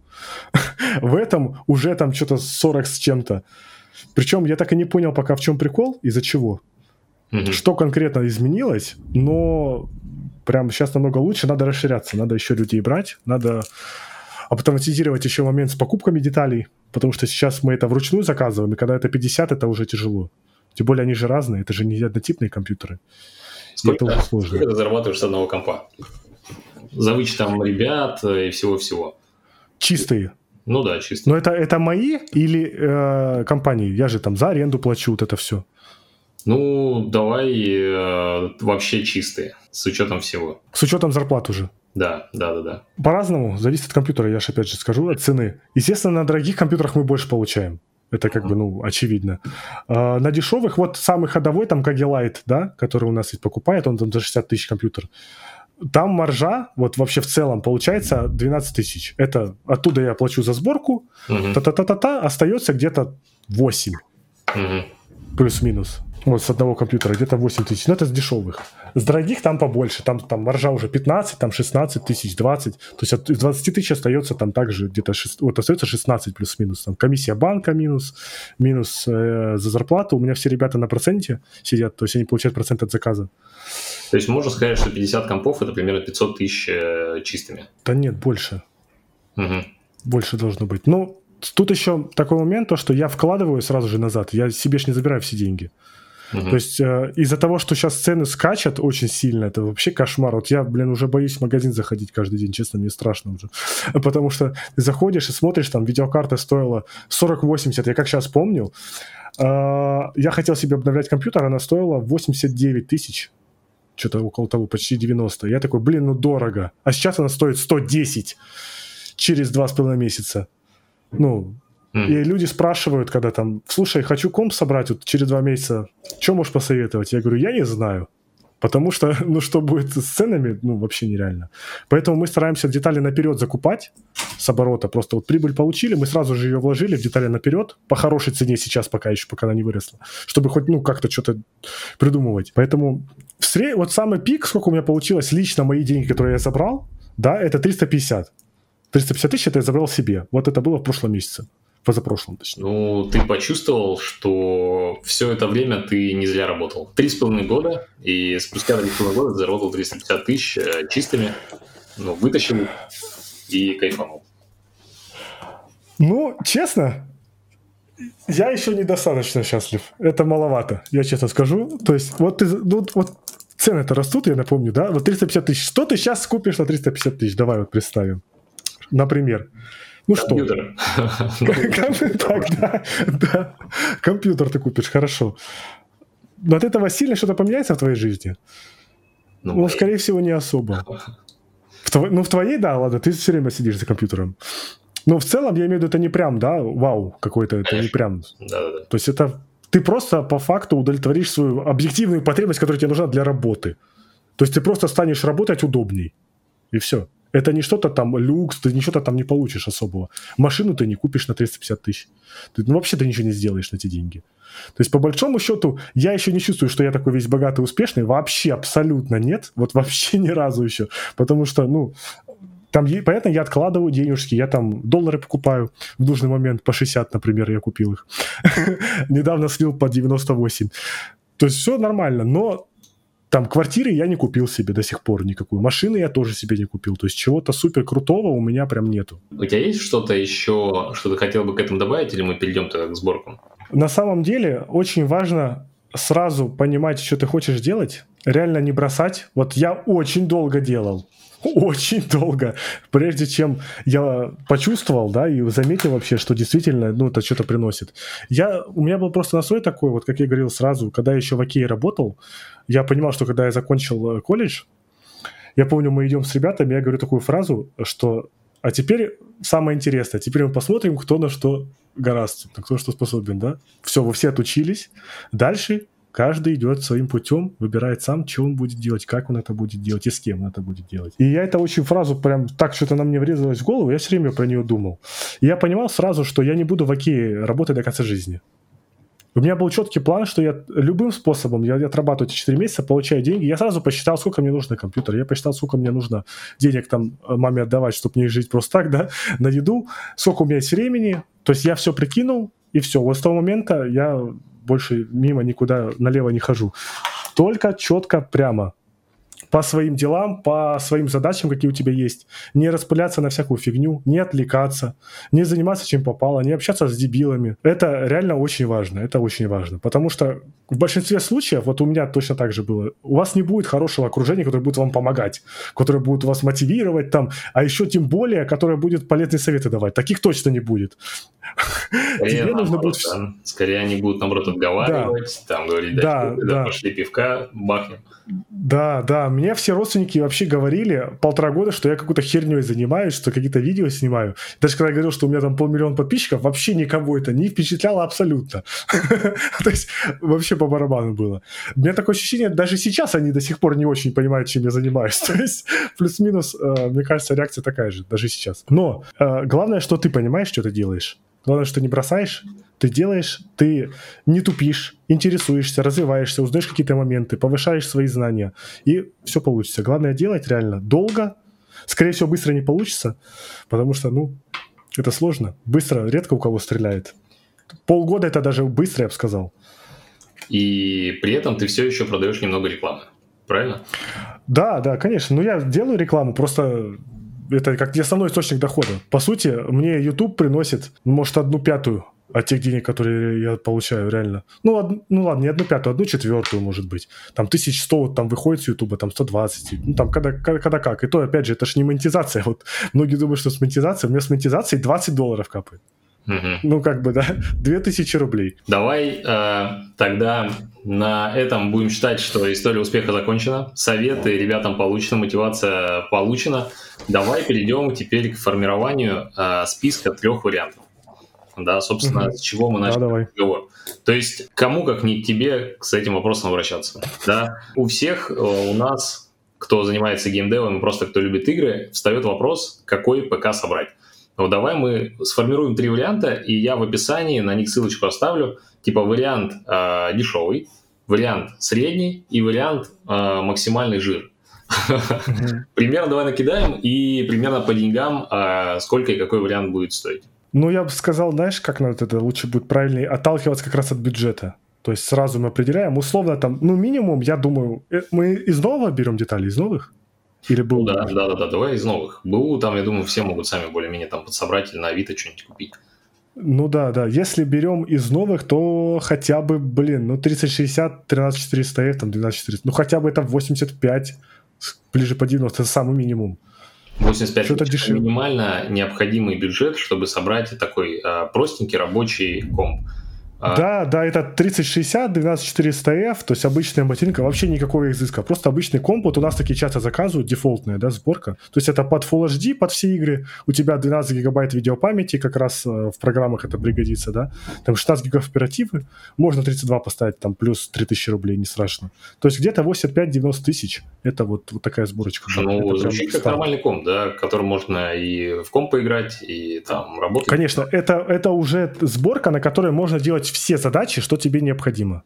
В этом уже там что-то сорок с чем-то. Причем я так и не понял пока, в чем прикол, из-за чего. Mm-hmm. Что конкретно изменилось, но прям сейчас намного лучше, надо расширяться, надо еще людей брать, надо автоматизировать еще момент с покупками деталей, потому что сейчас мы это вручную заказываем, и когда это пятьдесят, это уже тяжело. Тем более они же разные, это же не однотипные компьютеры. Сколько, это сложно. Сколько ты зарабатываешь с одного компа? За вычетом ребят и всего-всего. Чистые. Ну да, чистые. Но это, это мои или э, компании? Я же там за аренду плачу, вот это все. Ну, давай э, вообще чистые, с учетом всего. С учетом зарплат уже? Да, да, да, да. По-разному, зависит от компьютера, я же опять же скажу, от цены. Естественно, на дорогих компьютерах мы больше получаем. Это как mm-hmm. бы, ну, очевидно. А на дешевых, вот самый ходовой, там, Kagilite, да, который у нас ведь покупает, он там за шестьдесят тысяч компьютер. Там маржа, вот вообще в целом, получается двенадцать тысяч. Это оттуда я плачу за сборку, mm-hmm. та-та-та-та-та, остается где-то восемь. Mm-hmm. Плюс-минус. Вот с одного компьютера где-то восемь тысяч. Но это с дешевых. С дорогих там побольше. Там, там маржа уже пятнадцать, там шестнадцать тысяч, двадцать. То есть от двадцати тысяч остается там также где-то шесть, вот остается шестнадцать плюс-минус. Там комиссия банка минус, минус э, за зарплату. У меня все ребята на проценте сидят, то есть они получают процент от заказа. То есть можно сказать, что пятьдесят компов это примерно пятьсот тысяч э, чистыми? Да нет, больше. Угу. Больше должно быть. Ну, тут еще такой момент, то, что я вкладываю сразу же назад. Я себе ж не забираю все деньги. Uh-huh. То есть э, из-за того, что сейчас цены скачут очень сильно, это вообще кошмар. Вот я, блин, уже боюсь в магазин заходить каждый день, честно, мне страшно уже. Потому что ты заходишь и смотришь, там видеокарта стоила сорок восемьдесят, я как сейчас помню. Э, я хотел себе обновлять компьютер, она стоила восемьдесят девять тысяч. Что-то около того, почти девяносто. Я такой, блин, ну дорого. А сейчас она стоит сто десять через два с половиной месяца. Ну... Mm. И люди спрашивают, когда там, слушай, хочу комп собрать вот через два месяца, что можешь посоветовать? Я говорю, я не знаю, потому что, ну, что будет с ценами, ну, вообще нереально. Поэтому мы стараемся детали наперед закупать с оборота, просто вот прибыль получили, мы сразу же ее вложили в детали наперед, по хорошей цене сейчас пока еще, пока она не выросла, чтобы хоть, ну, как-то что-то придумывать. Поэтому в сред... вот самый пик, сколько у меня получилось лично мои деньги, которые я забрал, да, это триста пятьдесят. триста пятьдесят тысяч это я забрал себе. Вот это было в прошлом месяце. Позапрошлом, точнее. Ну, ты почувствовал, что все это время ты не зря работал. Три с половиной года, и спустя три с половиной года ты заработал триста пятьдесят тысяч чистыми, ну, вытащил и кайфанул. Ну, честно, я еще недостаточно счастлив. Это маловато, я честно скажу. То есть, вот, ты, ну, вот цены-то растут, я напомню, да? Вот триста пятьдесят тысяч. Что ты сейчас купишь на триста пятьдесят тысяч? Давай вот представим. Например. Ну компьютер. Что? Так, да, да. Компьютер ты купишь, хорошо. Но от этого сильно что-то поменяется в твоей жизни? Ну, ну скорее всего, не особо. В тво... Ну, в твоей, да, ладно, ты все время сидишь за компьютером. Но в целом, я имею в виду, это не прям, да, вау какой-то, это не прям. Да-да-да. То есть это ты просто по факту удовлетворишь свою объективную потребность, которая тебе нужна для работы. То есть ты просто станешь работать удобней. И все. Это не что-то там люкс, ты ничего-то там не получишь особого. Машину ты не купишь на триста пятьдесят тысяч. Ты, ну, вообще ты ничего не сделаешь на эти деньги. То есть, по большому счету, я еще не чувствую, что я такой весь богатый и успешный. Вообще абсолютно нет. Вот вообще ни разу еще. Потому что, ну, там, понятно, я откладываю денежки, я там доллары покупаю в нужный момент по шестьдесят, например, я купил их. Недавно слил по девяносто восемь. То есть все нормально, но... Там квартиры я не купил себе до сих пор никакую. Машины я тоже себе не купил. То есть чего-то супер крутого у меня прям нету. У тебя есть что-то еще, что ты хотел бы к этому добавить, или мы перейдем тогда к сборкам? На самом деле очень важно сразу понимать, что ты хочешь делать, реально не бросать. Вот я очень долго делал, очень долго, прежде чем я почувствовал, да, и заметил вообще, что действительно, ну, это что-то приносит. Я, у меня был просто настрой такой, вот, как я говорил сразу, когда я еще в Окее работал, я понимал, что когда я закончил колледж, я помню, мы идем с ребятами, я говорю такую фразу, что «а теперь самое интересное, теперь мы посмотрим, кто на что гораздо, кто на что способен, да?» Все, вы все отучились, дальше каждый идет своим путем, выбирает сам, что он будет делать, как он это будет делать и с кем он это будет делать. И я это очень фразу прям так что-то на мне врезалось в голову, я все время про нее думал. И я понимал сразу, что я не буду в Окее работать до конца жизни. У меня был четкий план, что я любым способом, я отрабатываю эти четыре месяца, получаю деньги. Я сразу посчитал, сколько мне нужно компьютер. Я посчитал, сколько мне нужно денег там маме отдавать, чтобы не жить просто так, да, на еду. Сколько у меня есть времени. То есть я все прикинул, и все. Вот с того момента я больше мимо никуда налево не хожу. Только четко, прямо. По своим делам, по своим задачам, какие у тебя есть. Не распыляться на всякую фигню, не отвлекаться, не заниматься чем попало, не общаться с дебилами. Это реально очень важно, это очень важно. Потому что в большинстве случаев, вот у меня точно так же было, у вас не будет хорошего окружения, которое будет вам помогать, которое будет вас мотивировать там, а еще тем более, которое будет полезные советы давать. Таких точно не будет. Скорее, Тебе нужно будет... да? Скорее они будут, наоборот, отговаривать, да. там говорить, да, да, да, пошли пивка, бахнем. Да, да, мне все родственники вообще говорили полтора года, что я какой-то херней занимаюсь, что какие-то видео снимаю. Даже когда я говорил, что у меня там полмиллиона подписчиков, вообще никого это не впечатляло абсолютно. То есть вообще по барабану было. У меня такое ощущение, даже сейчас они до сих пор не очень понимают, чем я занимаюсь. То есть плюс-минус, мне кажется, реакция такая же, даже сейчас. Но главное, что ты понимаешь, что ты делаешь. Главное, что ты не бросаешь, ты делаешь, ты не тупишь, интересуешься, развиваешься, узнаешь какие-то моменты, повышаешь свои знания, и все получится. Главное делать реально долго. Скорее всего, быстро не получится, потому что, ну, это сложно. Быстро редко у кого стреляет. Полгода это даже быстро, я бы сказал. И при этом ты все еще продаешь немного рекламы, правильно? Да, да, конечно. Но я делаю рекламу, просто... Это как основной источник дохода. По сути, мне YouTube приносит, может, одну пятую от тех денег, которые я получаю, реально. Ну, од... ну ладно, не одну пятую, одну четвертую, может быть. Там тысяча сто вот, там выходит с YouTube, там сто двадцать. Ну, там когда, когда, когда как. И то, опять же, это ж не монетизация. Вот многие думают, что с монетизацией. У меня с монетизацией двадцать долларов капает. Угу. Ну, как бы, да, две тысячи рублей. Давай э, тогда на этом будем считать, что история успеха закончена. Советы ребятам получены, мотивация получена. Давай перейдем теперь к формированию э, списка трех вариантов. Да, собственно, угу. с чего мы начали да, разговор. То есть, кому, как не к тебе, с этим вопросом обращаться. Да? У всех э, у нас, кто занимается геймдевом, просто кто любит игры, встает вопрос, какой ПК собрать. Ну, давай мы сформируем три варианта, и я в описании на них ссылочку оставлю. Типа вариант э, дешевый, вариант средний и вариант э, максимальный жир. Mm-hmm. Примерно давай накидаем, и примерно по деньгам э, сколько и какой вариант будет стоить. Ну, я бы сказал, знаешь, как надо это лучше будет правильнее отталкиваться как раз от бюджета. То есть сразу мы определяем, условно там, ну, минимум, я думаю, мы из нового берем детали, из новых? Или БУ? Ну, да, да, да, да, давай из новых. БУ там, я думаю, все могут сами более-менее там подсобрать или на Авито что-нибудь купить. Ну да, да. Если берем из новых, то хотя бы, блин, ну тридцать шестьдесят, тринадцать четыреста эф, там двенадцать четыреста. Ну хотя бы это восемьдесят пять, ближе по девяносто, это самый минимум. восемьдесят пять это минимально необходимый бюджет, чтобы собрать такой э, простенький рабочий комп. Да, да, это тридцать шестьдесят, двенадцать четыреста эф, то есть обычная материнка, вообще никакого изыска, просто обычный комп. Вот у нас такие часто заказывают, дефолтная, да, сборка. То есть это под Full эйч ди, под все игры, у тебя двенадцать гигабайт видеопамяти, как раз э, в программах это пригодится, да. Там шестнадцать гигов оперативы, можно тридцать два поставить, там плюс три тысячи рублей, не страшно. То есть где-то восемьдесят пять - девяносто тысяч, это вот, вот такая сборочка. Ну, это звучит как нормальный комп, да, которым можно и в комп поиграть, и там работать. Конечно, это, это уже сборка, на которой можно делать все задачи, что тебе необходимо.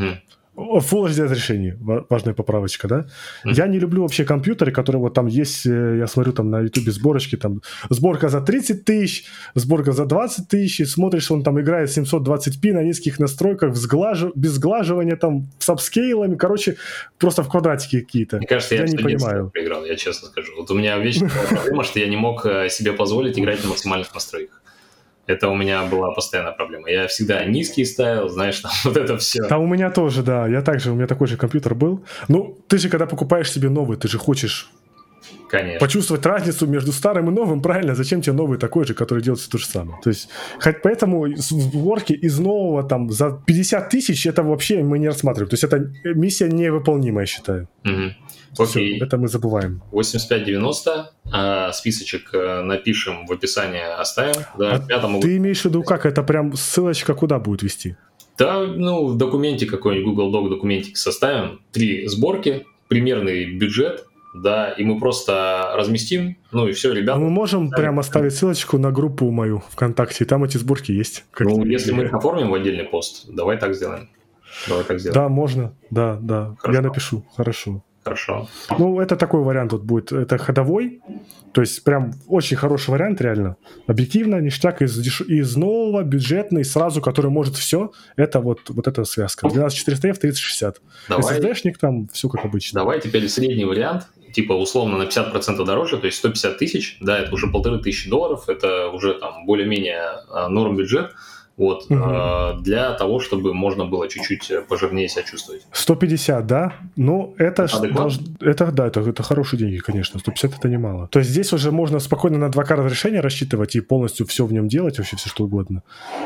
Угу. Full эйч ди разрешение, важная поправочка, да? Mm-hmm. Я не люблю вообще компьютеры, которые вот там есть, я смотрю там на ютубе сборочки, там сборка за тридцать тысяч, сборка за двадцать тысяч, смотришь, он там играет семьсот двадцать пи на низких настройках, сглаж... без сглаживания, там, с апскейлами, короче, просто в квадратике какие-то. Мне кажется, я, я не понимаю. Проиграл, я честно скажу. Вот у меня вечная проблема, что я не мог себе позволить играть на максимальных настройках. Это у меня была постоянная проблема. Я всегда низкий ставил, знаешь, там вот это все. А у меня тоже, да. Я также, у меня такой же компьютер был. Ну, ты же, когда покупаешь себе новый, ты же хочешь Конечно. почувствовать разницу между старым и новым, правильно? Зачем тебе новый такой же, который делает все то же самое? То есть, хоть поэтому сборки из нового там за пятьдесят тысяч, это вообще мы не рассматриваем. То есть, это миссия невыполнимая, я считаю. Угу. Окей. Все, это мы забываем. восемьдесят пять девяносто, а, списочек напишем в описании, оставим. Да, а пятому... Ты имеешь в виду как? Это прям ссылочка куда будет вести? Да, ну, в документе какой-нибудь, Google Doc документик составим. Три сборки, примерный бюджет, да, и мы просто разместим, ну и все, ребята. А мы можем да, прямо оставить ссылочку на группу мою ВКонтакте, и там эти сборки есть. Ну, если мы их оформим в отдельный пост, давай так сделаем. Давай так сделаем. Да, можно, да, да, Хорошо. Я напишу, хорошо. Хорошо. Ну, это такой вариант вот будет, это ходовой, то есть прям очень хороший вариант реально. Объективно, ништяк из, из нового, бюджетный, сразу, который может все, это вот, вот эта связка. двенадцать четыреста эф, тридцать шестьдесят. эс эс ди-шник там, все как обычно. Давай теперь средний вариант, типа условно на пятьдесят процентов дороже, то есть сто пятьдесят тысяч, да, это уже полторы тысячи долларов, это уже там более-менее норм бюджет. Вот, угу. э, для того, чтобы можно было чуть-чуть пожирнее себя чувствовать. сто пятьдесят, да? Ну, это, долж... это да, это, это хорошие деньги, конечно. сто пятьдесят это немало. То есть здесь уже можно спокойно на два ка разрешения рассчитывать и полностью все в нем делать, вообще все что угодно.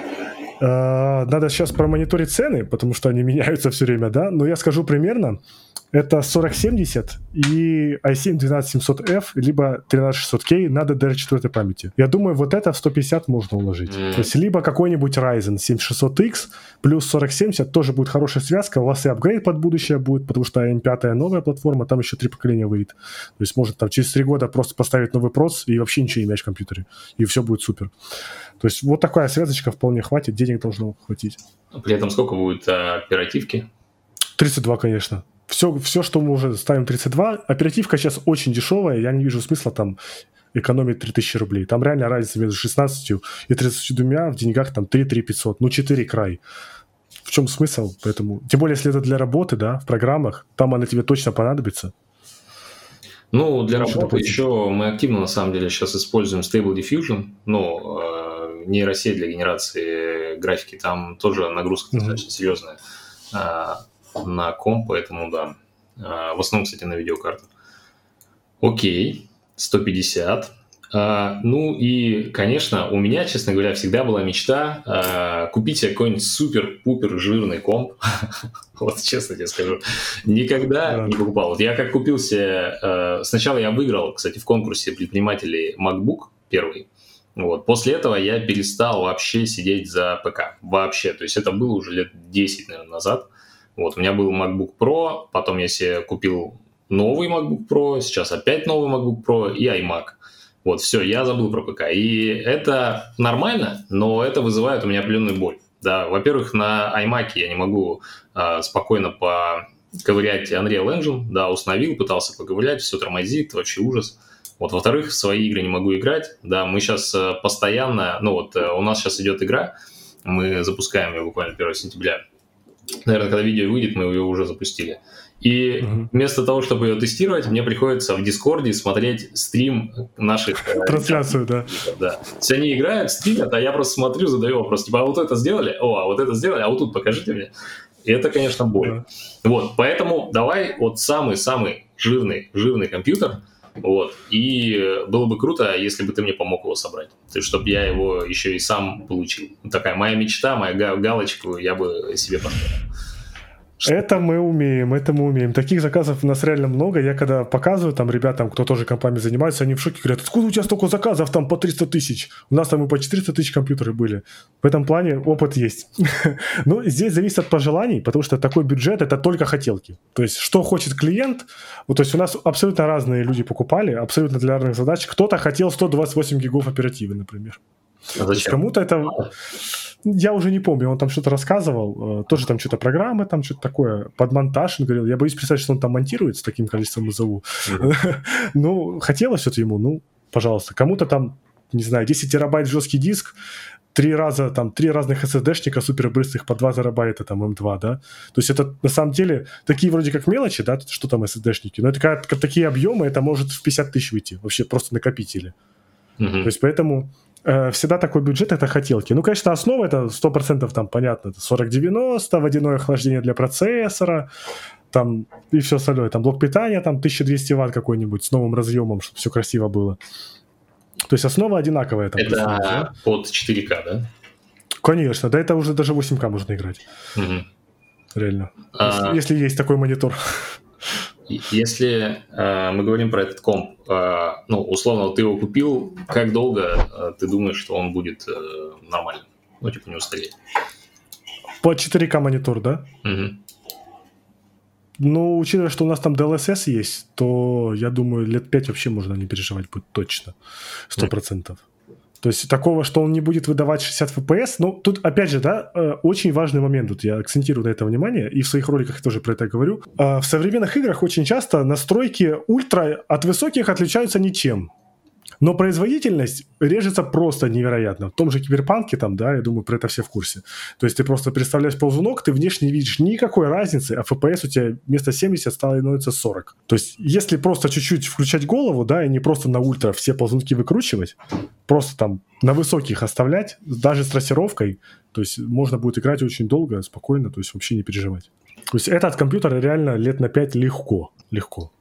Э, надо сейчас промониторить цены, потому что они меняются все время, да? Но я скажу примерно. Это сорок семьдесят и ай семь двенадцать семьсот эф, либо тринадцать шестьсот кей на ди ди ар четыре памяти. Я думаю, вот это в сто пятьдесят можно уложить. Mm. То есть либо какой-нибудь Ryzen семь шестьсот икс плюс сорок семьдесят, тоже будет хорошая связка. У вас и апгрейд под будущее будет, потому что эй эм пять новая платформа, там еще три поколения выйдет. То есть может там через три года просто поставить новый прос и вообще ничего не иметь в компьютере. И все будет супер. То есть вот такая связочка вполне хватит, денег должно хватить. При этом сколько будет а, оперативки? тридцать два, конечно. Все, все, что мы уже ставим тридцать два, оперативка сейчас очень дешевая, я не вижу смысла там экономить три тысячи рублей. Там реально разница между шестнадцатью и тридцатью двумя в деньгах там три-три пятьсот, ну четыре край. В чем смысл? Поэтому, тем более, если это для работы, да, в программах, там она тебе точно понадобится. Ну, для Лучше работы доплатить. Еще мы активно, на самом деле, сейчас используем Stable Diffusion, ну, э, нейросеть для генерации графики, там тоже нагрузка mm-hmm. достаточно серьезная. На комп, поэтому да. А, в основном, кстати, на видеокарту. Окей, сто пятьдесят. А, ну и, конечно, у меня, честно говоря, всегда была мечта а, купить себе какой-нибудь супер-пупер жирный комп. Вот честно тебе скажу. Никогда не покупал. Вот я как купил себе... А, сначала я выиграл, кстати, в конкурсе предпринимателей MacBook первый. Вот. После этого я перестал вообще сидеть за ПК. Вообще. То есть это было уже лет десять, наверное, назад. Вот, у меня был MacBook Pro, потом я себе купил новый MacBook Pro, сейчас опять новый MacBook Pro и iMac. Вот, все, я забыл про ПК. И это нормально, но это вызывает у меня определенную боль. Да, во-первых, на iMac я не могу а, спокойно поковырять Unreal Engine, да, установил, пытался поковырять, все тормозит, вообще ужас. Вот, во-вторых, в свои игры не могу играть. Да, мы сейчас постоянно, ну вот, у нас сейчас идет игра, мы запускаем ее буквально первого сентября. Наверное, когда видео выйдет, мы ее уже запустили. И uh-huh. вместо того, чтобы ее тестировать, мне приходится в Дискорде смотреть стрим наших... Трансляцию, да. Да. То есть они играют, стримят, а я просто смотрю, задаю вопрос, типа, а вот это сделали? О, а вот это сделали? А вот тут покажите мне. И это, конечно, боль. Uh-huh. Вот, поэтому давай вот самый-самый жирный, жирный компьютер, вот, и было бы круто, если бы ты мне помог его собрать, то есть, чтобы я его еще и сам получил. Такая моя мечта, моя галочку я бы себе поставил. Это мы умеем, это мы умеем. Таких заказов у нас реально много. Я когда показываю там ребятам, кто тоже компами занимается, они в шоке говорят, откуда у тебя столько заказов там по триста тысяч? У нас там и по четыреста тысяч компьютеры были. В этом плане опыт есть. Но здесь зависит от пожеланий, потому что такой бюджет – это только хотелки. То есть, что хочет клиент. Вот, то есть, у нас абсолютно разные люди покупали, абсолютно для разных задач. Кто-то хотел сто двадцать восемь гигов оперативы, например. А зачем? Кому-то это... Я уже не помню, он там что-то рассказывал, тоже там что-то программы, там что-то такое, под монтаж, он говорил, я боюсь представить, что он там монтирует с таким количеством ИЗУ. Mm-hmm. Ну, хотелось это ему, ну, пожалуйста. Кому-то там, не знаю, десять терабайт жесткий диск, три раза, там, три разных эс эс ди-шника супербыстрых по два терабайта, там, эм два, да. То есть это, на самом деле, такие вроде как мелочи, да, что там эс эс ди-шники, но это как, как такие объемы, это может в пятьдесят тысяч выйти, вообще просто накопители. Mm-hmm. То есть поэтому... э, всегда такой бюджет — это хотелки. Ну, конечно, основа — это сто процентов там, понятно, это сорок девяносто, водяное охлаждение для процессора, там и все остальное. Там блок питания, там тысяча двести ватт какой-нибудь с новым разъемом, чтобы все красиво было. То есть основа одинаковая. Там, это да? Под четыре ка, да? Конечно, да, это уже даже восемь ка можно играть. Угу. Реально. А... Если, если есть такой монитор. Если э, мы говорим про этот комп, э, ну, условно, ты его купил, как долго э, ты думаешь, что он будет э, нормальным? Ну, типа не устареть. По четыре ка монитор, да? Угу. Ну, учитывая, что у нас там ди эл эс эс есть, то, я думаю, лет пять вообще можно не переживать будет точно. Сто процентов. Mm. То есть такого, что он не будет выдавать шестьдесят эф пи эс, ну, тут, опять же, да, очень важный момент, тут я акцентирую на это внимание, и в своих роликах я тоже про это говорю. В современных играх очень часто настройки ультра от высоких отличаются ничем. Но производительность режется просто невероятно. В том же Киберпанке, там, да, я думаю, про это все в курсе. То есть ты просто представляешь ползунок, ты внешне не видишь никакой разницы, а эф пи эс у тебя вместо семьдесят становится сорок. То есть если просто чуть-чуть включать голову, да, и не просто на ультра все ползунки выкручивать, просто там на высоких оставлять, даже с трассировкой, то есть можно будет играть очень долго, спокойно, то есть вообще не переживать. То есть это от компьютера реально лет на пять легко, легко.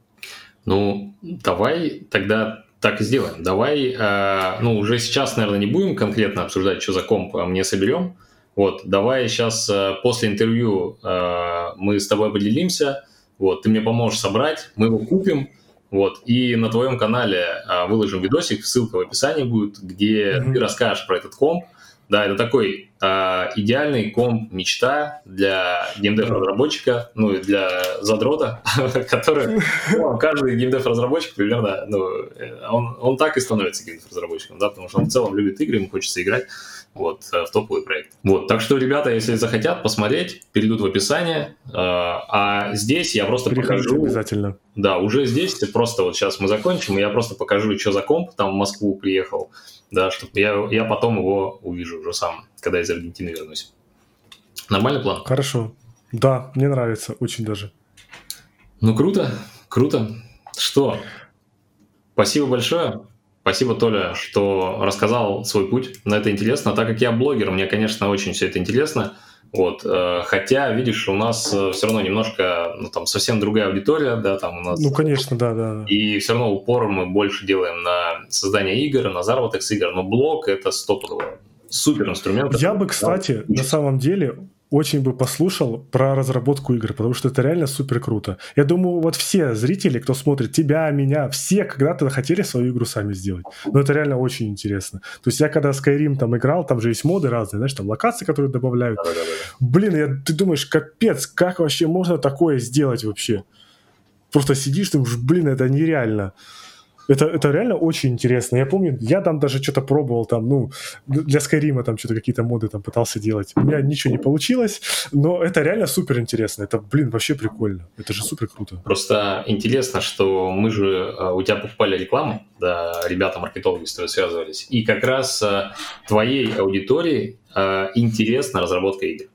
Ну, давай тогда... Так и сделаем. Давай, э, ну, уже сейчас, наверное, не будем конкретно обсуждать, что за комп мне соберем. Вот, давай сейчас э, после интервью э, мы с тобой поделимся. Вот, ты мне поможешь собрать, мы его купим. Вот, и на твоем канале э, выложим видосик, ссылка в описании будет, где mm-hmm. ты расскажешь про этот комп. Да, это такой э, идеальный комп мечта для геймдев-разработчика, ну и для задрота, который ну, каждый геймдев-разработчик примерно, ну, он, он так и становится геймдев-разработчиком, да, потому что он в целом любит игры, ему хочется играть вот, в топовый проект. Вот, так что, ребята, если захотят посмотреть, перейдут в описание, э, а здесь я просто Переходите покажу... обязательно. Да, уже здесь просто вот сейчас мы закончим, и я просто покажу, что за комп, там в Москву приехал, да, чтобы я, я потом его увижу уже сам, когда из Аргентины вернусь. Нормальный план? Хорошо. Да, мне нравится, очень даже. Ну, круто, круто. Что? Спасибо большое. Спасибо, Толя, что рассказал свой путь. На это интересно. Так как я блогер, мне, конечно, очень все это интересно. Вот, хотя, видишь, у нас все равно немножко, ну, там, совсем другая аудитория, да, там у нас... Ну, конечно, да, да. И все равно упор мы больше делаем на создание игр, на заработок с игр, но блог — это стопудово супер инструмент. Я бы, кстати, на самом деле очень бы послушал про разработку игр, потому что это реально супер круто. Я думаю, вот все зрители, кто смотрит тебя, меня, все когда-то хотели свою игру сами сделать. Но это реально очень интересно. То есть я когда Skyrim там играл, там же есть моды разные, знаешь, там локации, которые добавляют. Да-да-да. Блин, я, ты думаешь, капец, как вообще можно такое сделать вообще? Просто сидишь, думаешь, блин, это нереально. Это, это реально очень интересно. Я помню, я там даже что-то пробовал, там, ну, для Skyrim там что-то какие-то моды там пытался делать. У меня ничего не получилось, но это реально супер интересно. Это, блин, вообще прикольно. Это же супер круто. Просто интересно, что мы же у тебя покупали рекламу, да, ребята-маркетологи с тобой связывались, и как раз твоей аудитории интересна разработка игр.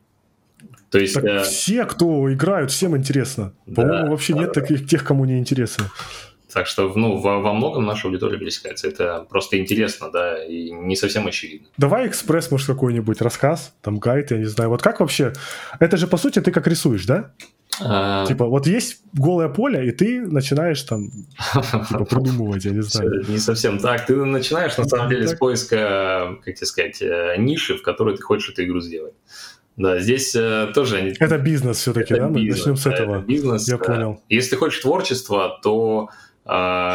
То есть, так э... все, кто играют, всем интересно. Да, по-моему, вообще да, нет да. таких тех, кому не интересно. Так что, ну, во, во многом наша аудитория пересекается. Это просто интересно, да, и не совсем очевидно. Давай экспресс, может, какой-нибудь рассказ, там, гайд, я не знаю. Вот как вообще? Это же, по сути, ты как рисуешь, да? А... Типа, вот есть голое поле, и ты начинаешь там, типа, придумывать, я не знаю. Не совсем так. Ты начинаешь, на самом деле, с поиска, как тебе сказать, ниши, в которой ты хочешь эту игру сделать. Да, здесь э, тоже... Это бизнес все-таки, это да? Бизнес, Мы начнем с да, этого. Это бизнес. Я понял. Если ты хочешь творчества, то э,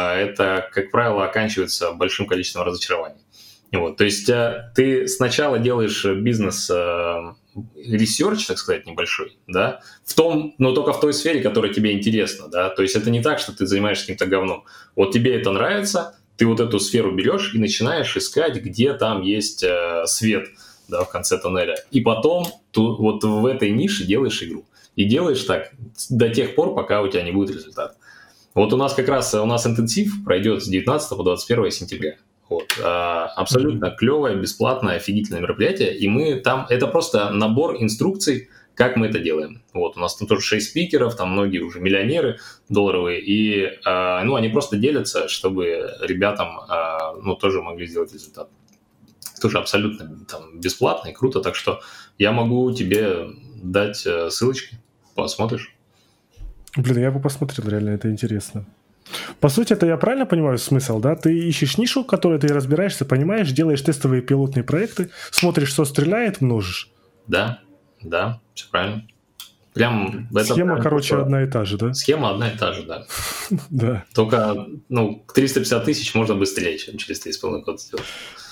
это, как правило, оканчивается большим количеством разочарований. Вот, то есть э, ты сначала делаешь бизнес, э, ресерч, так сказать, небольшой, да, в том, но только в той сфере, которая тебе интересна, да, то есть это не так, что ты занимаешься каким-то говном. Вот тебе это нравится, ты вот эту сферу берешь и начинаешь искать, где там есть э, свет, да, в конце туннеля. И потом ты вот в этой нише делаешь игру. И делаешь так до тех пор, пока у тебя не будет результата. Вот у нас как раз у нас интенсив пройдет с девятнадцатого по двадцать первое сентября. Вот. А, абсолютно mm-hmm. клевое, бесплатное, офигительное мероприятие. И мы там... Это просто набор инструкций, как мы это делаем. Вот. У нас там тоже шесть спикеров, там многие уже миллионеры долларовые. И а, ну, они просто делятся, чтобы ребятам а, ну, тоже могли сделать результат. тоже абсолютно там бесплатно и круто, так что я могу тебе дать ссылочки, посмотришь. Блин, я бы посмотрел, реально, это интересно. По сути, это я правильно понимаю смысл, да? Ты ищешь нишу, в которой ты разбираешься, понимаешь, делаешь тестовые пилотные проекты, смотришь, что стреляет, множишь. Да, да, все правильно. Прям Схема, это, короче, только... одна и та же, да? Схема одна и та же, да. Да. Только, ну, триста пятьдесят тысяч можно быстрее, чем через три с половиной года сделать.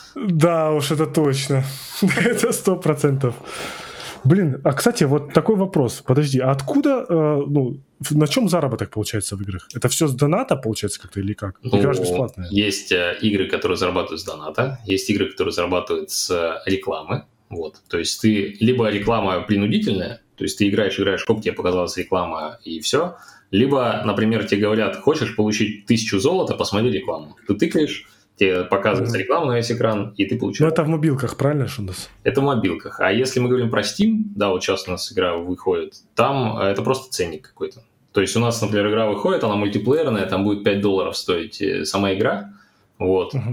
Да уж, это точно. Это сто процентов. Блин, а, кстати, вот такой вопрос. Подожди, а откуда, э, ну, на чем заработок получается в играх? Это все с доната получается как-то или как? Ну, Игра же бесплатная. Есть э, игры, которые зарабатывают с доната, есть игры, которые зарабатывают с рекламы. Вот. То есть ты либо реклама принудительная, то есть ты играешь, играешь, сколько тебе показалась реклама и все, либо, например, тебе говорят, хочешь получить тысячу золота, посмотри рекламу. Ты тыкаешь, тебе показывается mm-hmm. реклама на весь экран, и ты получаешь... Ну, это в мобилках, правильно, что у нас? Это в мобилках. А если мы говорим про Steam, да, вот сейчас у нас игра выходит, там это просто ценник какой-то. То есть у нас, например, игра выходит, она мультиплеерная, там будет пять долларов стоить сама игра, вот. Mm-hmm.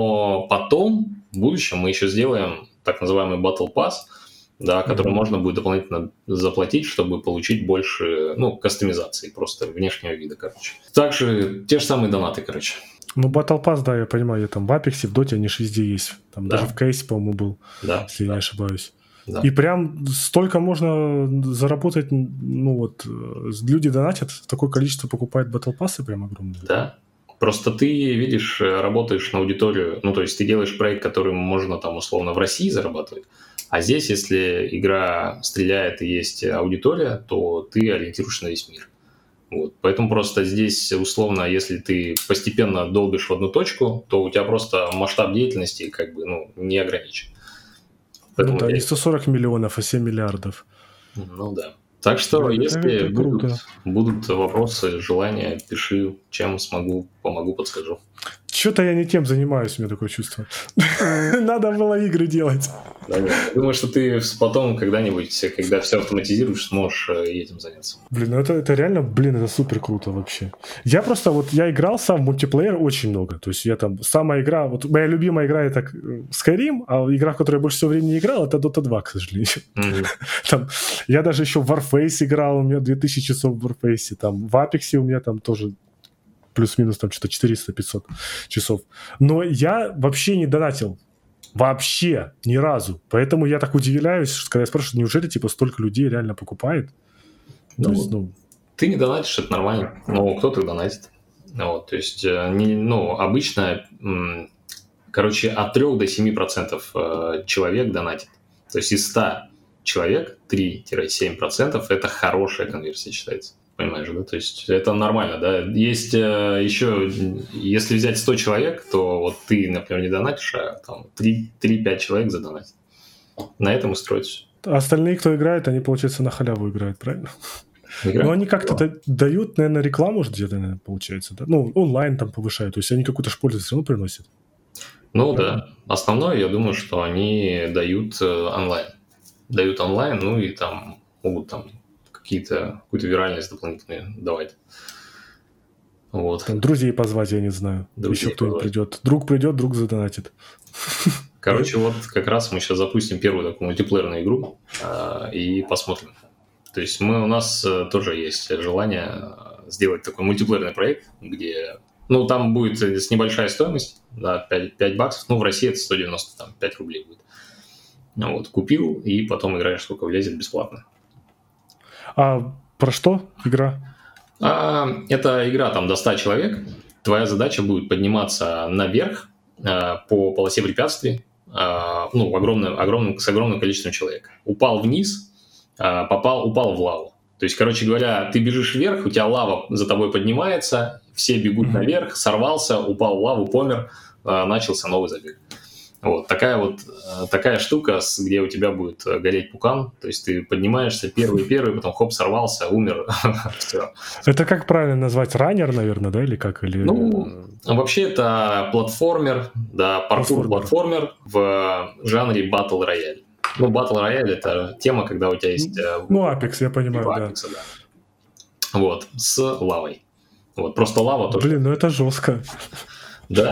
Но потом, в будущем, мы еще сделаем так называемый Battle Pass, да, который mm-hmm. можно будет дополнительно заплатить, чтобы получить больше, ну, кастомизации просто внешнего вида, короче. Также те же самые донаты, короче. Ну, Battle Pass, да, я понимаю, я там в Apex, в Dota, они же везде есть. Там да. даже в Кейсе, по-моему, был, да, если да. я не ошибаюсь. Да. И прям столько можно заработать, ну вот, люди донатят, такое количество покупают Battle Pass'ы прям огромные. Да. Просто ты, видишь, работаешь на аудиторию, ну, то есть ты делаешь проект, который можно там условно в России зарабатывать, а здесь, если игра стреляет и есть аудитория, то ты ориентируешься на весь мир. Вот. Поэтому просто здесь, условно, если ты постепенно долбишь в одну точку, то у тебя просто масштаб деятельности как бы, ну, не ограничен. Поэтому ну да, я... не сто сорок миллионов, а семь миллиардов. Ну да. Так что, да, если будут, будут вопросы, желания, пиши, чем смогу, помогу, подскажу. Что-то я не тем занимаюсь, у меня такое чувство. Надо было игры делать. Да, нет. Думаю, что ты потом когда-нибудь, когда все автоматизируешь, сможешь этим заняться. Блин, ну это, это реально, блин, это супер круто вообще. Я просто, вот я играл сам в мультиплеер очень много. То есть я там, самая игра, вот моя любимая игра это Skyrim, а игра, в которой я больше всего времени играл, это Dota два, к сожалению. Mm-hmm. Там, я даже еще в Warface играл, у меня две тысячи часов в Warface, там в Apex у меня там тоже плюс-минус там что-то четыреста-пятьсот часов. Но я вообще не донатил. Вообще ни разу. Поэтому я так удивляюсь, когда я спрашиваю, неужели типа столько людей реально покупает? Ну, то есть, ну... Ты не донатишь, это нормально. Но кто-то донатит. Вот, то есть, не, ну, обычно, короче, от трёх до семи процентов человек донатит. То есть из ста человек три-семь процентов это хорошая конверсия считается. Понимаешь, да? То есть это нормально, да? Есть э, еще, если взять сто человек, то вот ты, например, не донатишь, а там три-пять человек задонатят. На этом и строится. А остальные, кто играет, они, получается, на халяву играют, правильно? Играют? Ну, они как-то да. дают, наверное, рекламу же где-то, наверное, получается, да? Ну, онлайн там повышают, то есть они какую-то ж пользу все равно приносят. Ну, правильно? Да. Основное, я думаю, что они дают онлайн. Дают онлайн, ну и там могут там какие-то, какую-то виральность дополнительную давать. Вот. Там друзей позвать, я не знаю. Друзей еще кто-нибудь придет. Друг придет, друг задонатит. Короче, вот как раз мы сейчас запустим первую такую мультиплеерную игру э, и посмотрим. То есть мы, у нас э, тоже есть желание сделать такой мультиплеерный проект, где, ну, там будет с небольшая стоимость, да, пять, пять баксов, ну, в России это сто девяносто пять рублей будет. Вот, купил, и потом играешь, сколько влезет бесплатно. А про что игра? А, это игра там до ста человек. Твоя задача будет подниматься наверх а, по полосе препятствий, а, ну, огромным, огромным, с огромным количеством человек. Упал вниз, а, попал, упал в лаву. То есть, короче говоря, ты бежишь вверх, у тебя лава за тобой поднимается, все бегут mm-hmm. наверх, сорвался, упал в лаву, помер, а, начался новый забег. Вот такая вот такая штука, где у тебя будет гореть пукан, то есть ты поднимаешься первый-первый, потом хоп, сорвался, умер, все. Это как правильно назвать? Раннер, наверное, да, или как? Или... Ну, вообще это платформер, да, паркур-платформер в жанре Battle Royale. Ну, Battle Royale — это тема, когда у тебя есть... Ну, Apex, я понимаю, да. Apex, да. Вот, с лавой. Вот, просто лава тоже. Блин, ну это жестко. Да.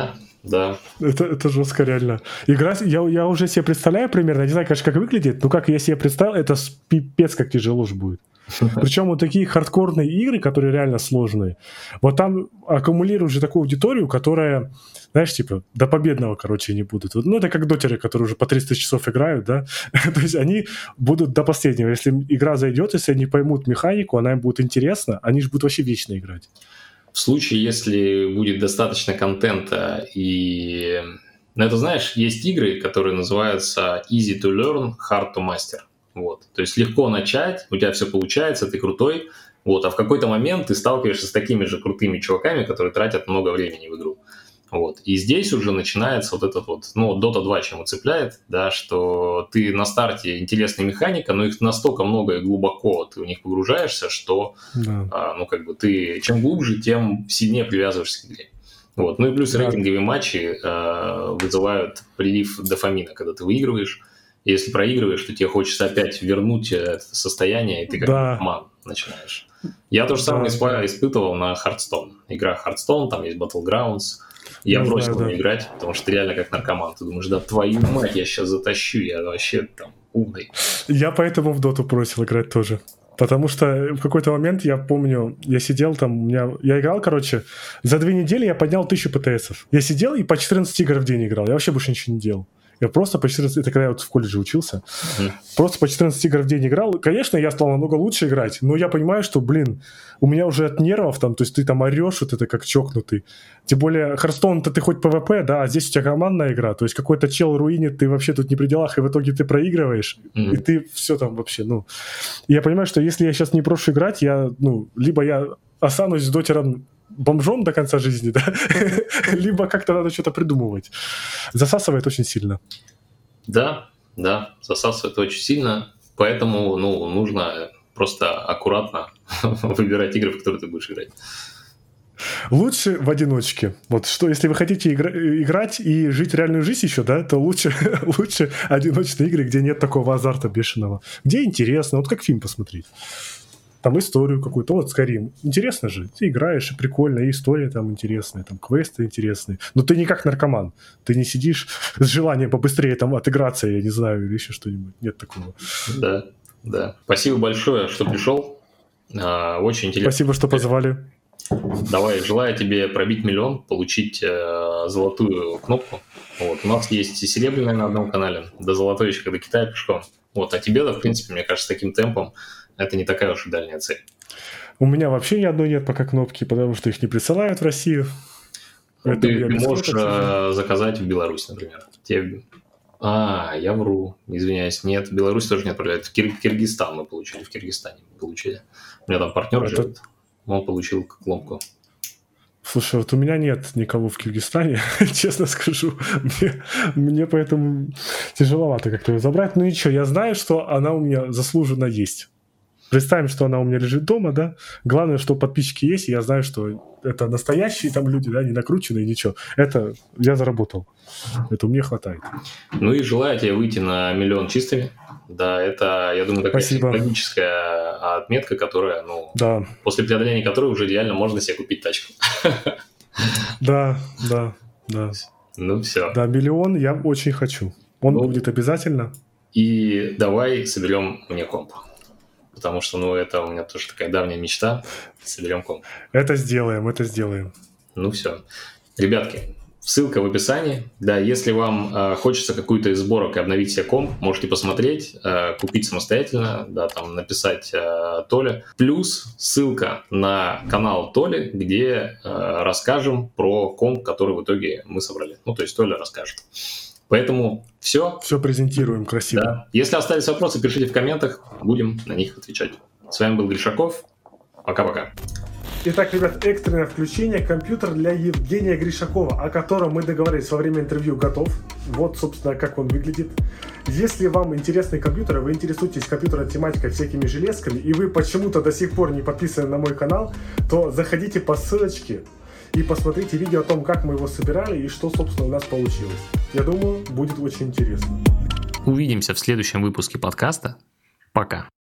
Да. Это, это жестко, реально. Игра, я, я уже себе представляю примерно, не знаю, конечно, как выглядит, но как я себе представил, это пипец как тяжело же будет. Причем вот такие хардкорные игры, которые реально сложные, вот там аккумулируют уже такую аудиторию, которая, знаешь, типа, до победного, короче, не будут. Ну, это как дотеры, которые уже по триста часов играют, да? То есть они будут до последнего. Если игра зайдет, если они поймут механику, она им будет интересна, они же будут вообще вечно играть. В случае, если будет достаточно контента и... Ну, это, знаешь, есть игры, которые называются easy to learn, hard to master. Вот. То есть легко начать, у тебя все получается, ты крутой, вот, а в какой-то момент ты сталкиваешься с такими же крутыми чуваками, которые тратят много времени в игру. Вот. И здесь уже начинается вот этот вот, ну, Дота два чем и цепляет, да, что ты на старте интересная механика, но их настолько много и глубоко ты в них погружаешься, что, да. а, ну, как бы ты, чем глубже, тем сильнее привязываешься к игре. Вот. Ну и плюс да. рейтинговые матчи а, вызывают прилив дофамина, когда ты выигрываешь. Если проигрываешь, то тебе хочется опять вернуть это состояние, и ты как да. наркоман начинаешь. Я то же самое да. испытывал на Hearthstone. Игра Hearthstone, там есть Battlegrounds. Я не бросил знаю, да. играть, потому что ты реально как наркоман. Ты думаешь, да твою мать, я сейчас затащу, я вообще там умный. Я поэтому в доту бросил играть тоже. Потому что в какой-то момент, я помню, я сидел там, у меня, я играл, короче, за две недели я поднял тысячу ПТСов. Я сидел и по четырнадцать игр в день играл, я вообще больше ничего не делал. Я просто по четырнадцать... Это когда я вот в колледже учился. Mm. Просто по четырнадцать игр в день играл. Конечно, я стал намного лучше играть, но я понимаю, что, блин, у меня уже от нервов там, то есть ты там орешь, вот это как чокнутый. Тем более, Hearthstone-то ты хоть ПВП, да, а здесь у тебя командная игра, то есть какой-то чел руинит, ты вообще тут не при делах, и в итоге ты проигрываешь, mm. и ты все там вообще, ну... И я понимаю, что если я сейчас не брошу играть, я, ну, либо я останусь с дотером бомжом до конца жизни, да, либо как-то надо что-то придумывать. Засасывает очень сильно. Да, да, засасывает очень сильно, поэтому, ну, нужно просто аккуратно выбирать игры, в которые ты будешь играть. Лучше в одиночке. Вот что, если вы хотите игра- играть и жить реальную жизнь еще, да, то лучше, лучше одиночные игры, где нет такого азарта бешеного. Где интересно, вот как фильм посмотреть. Там историю какую-то, вот Skyrim. Интересно же, ты играешь, и прикольно, и история там интересная, там квесты интересные. Но ты не как наркоман. Ты не сидишь с желанием побыстрее там отыграться, я не знаю, или еще что-нибудь. Нет такого. Да, да. Спасибо большое, что пришел. А, очень интересно. Спасибо, что позвали. Давай, желаю тебе пробить миллион, получить э, золотую кнопку. Вот. У нас есть и серебряная на одном канале, до золотой еще когда Китай пешком. Вот. А тебе, да, в принципе, мне кажется, таким темпом это не такая уж и дальняя цель. У меня вообще ни одной нет пока кнопки, потому что их не присылают в Россию. Ну, ты ты можешь э, заказать в Беларусь, например. Тебе... А, я вру, извиняюсь. Нет, в Беларусь тоже не отправляют. В Кир... Киргизстан мы получили, в Киргизстане получили. У меня там партнер это... живет, он получил кнопку. Слушай, вот у меня нет никого в Киргизстане, честно скажу. Мне, мне поэтому тяжеловато как-то ее забрать. Ну ничего, я знаю, что она у меня заслуженно есть. Представим, что она у меня лежит дома, да. Главное, что подписчики есть, и я знаю, что это настоящие там люди, да, не накрученные, ничего. Это я заработал. Это мне хватает. Ну и желаю тебе выйти на миллион чистыми. Да, это, я думаю, такая Спасибо. психологическая отметка, которая, ну, да. после преодоления которой уже реально можно себе купить тачку. Да, да, да. Ну все. Да, миллион я очень хочу. Он ну, будет обязательно. И давай соберем мне комп. Потому что, ну, это у меня тоже такая давняя мечта. Соберем комп. Это сделаем, это сделаем. Ну все. Ребятки, ссылка в описании. Да, если вам э, хочется какую-то из сборок и обновить себе комп, можете посмотреть, э, купить самостоятельно, да, там написать э, Толе. Плюс ссылка на канал Толи, где э, расскажем про комп, который в итоге мы собрали. Ну, то есть Толя расскажет. Поэтому все. Все презентируем красиво. Да. Если остались вопросы, пишите в комментах, будем на них отвечать. С вами был Гришаков. Пока-пока. Итак, ребят, экстренное включение. Компьютер для Евгения Гришакова, о котором мы договорились во время интервью, готов. Вот, собственно, как он выглядит. Если вам интересны компьютеры, вы интересуетесь компьютерной тематикой, всякими железками, и вы почему-то до сих пор не подписаны на мой канал, то заходите по ссылочке и посмотрите видео о том, как мы его собирали и что, собственно, у нас получилось. Я думаю, будет очень интересно. Увидимся в следующем выпуске подкаста. Пока.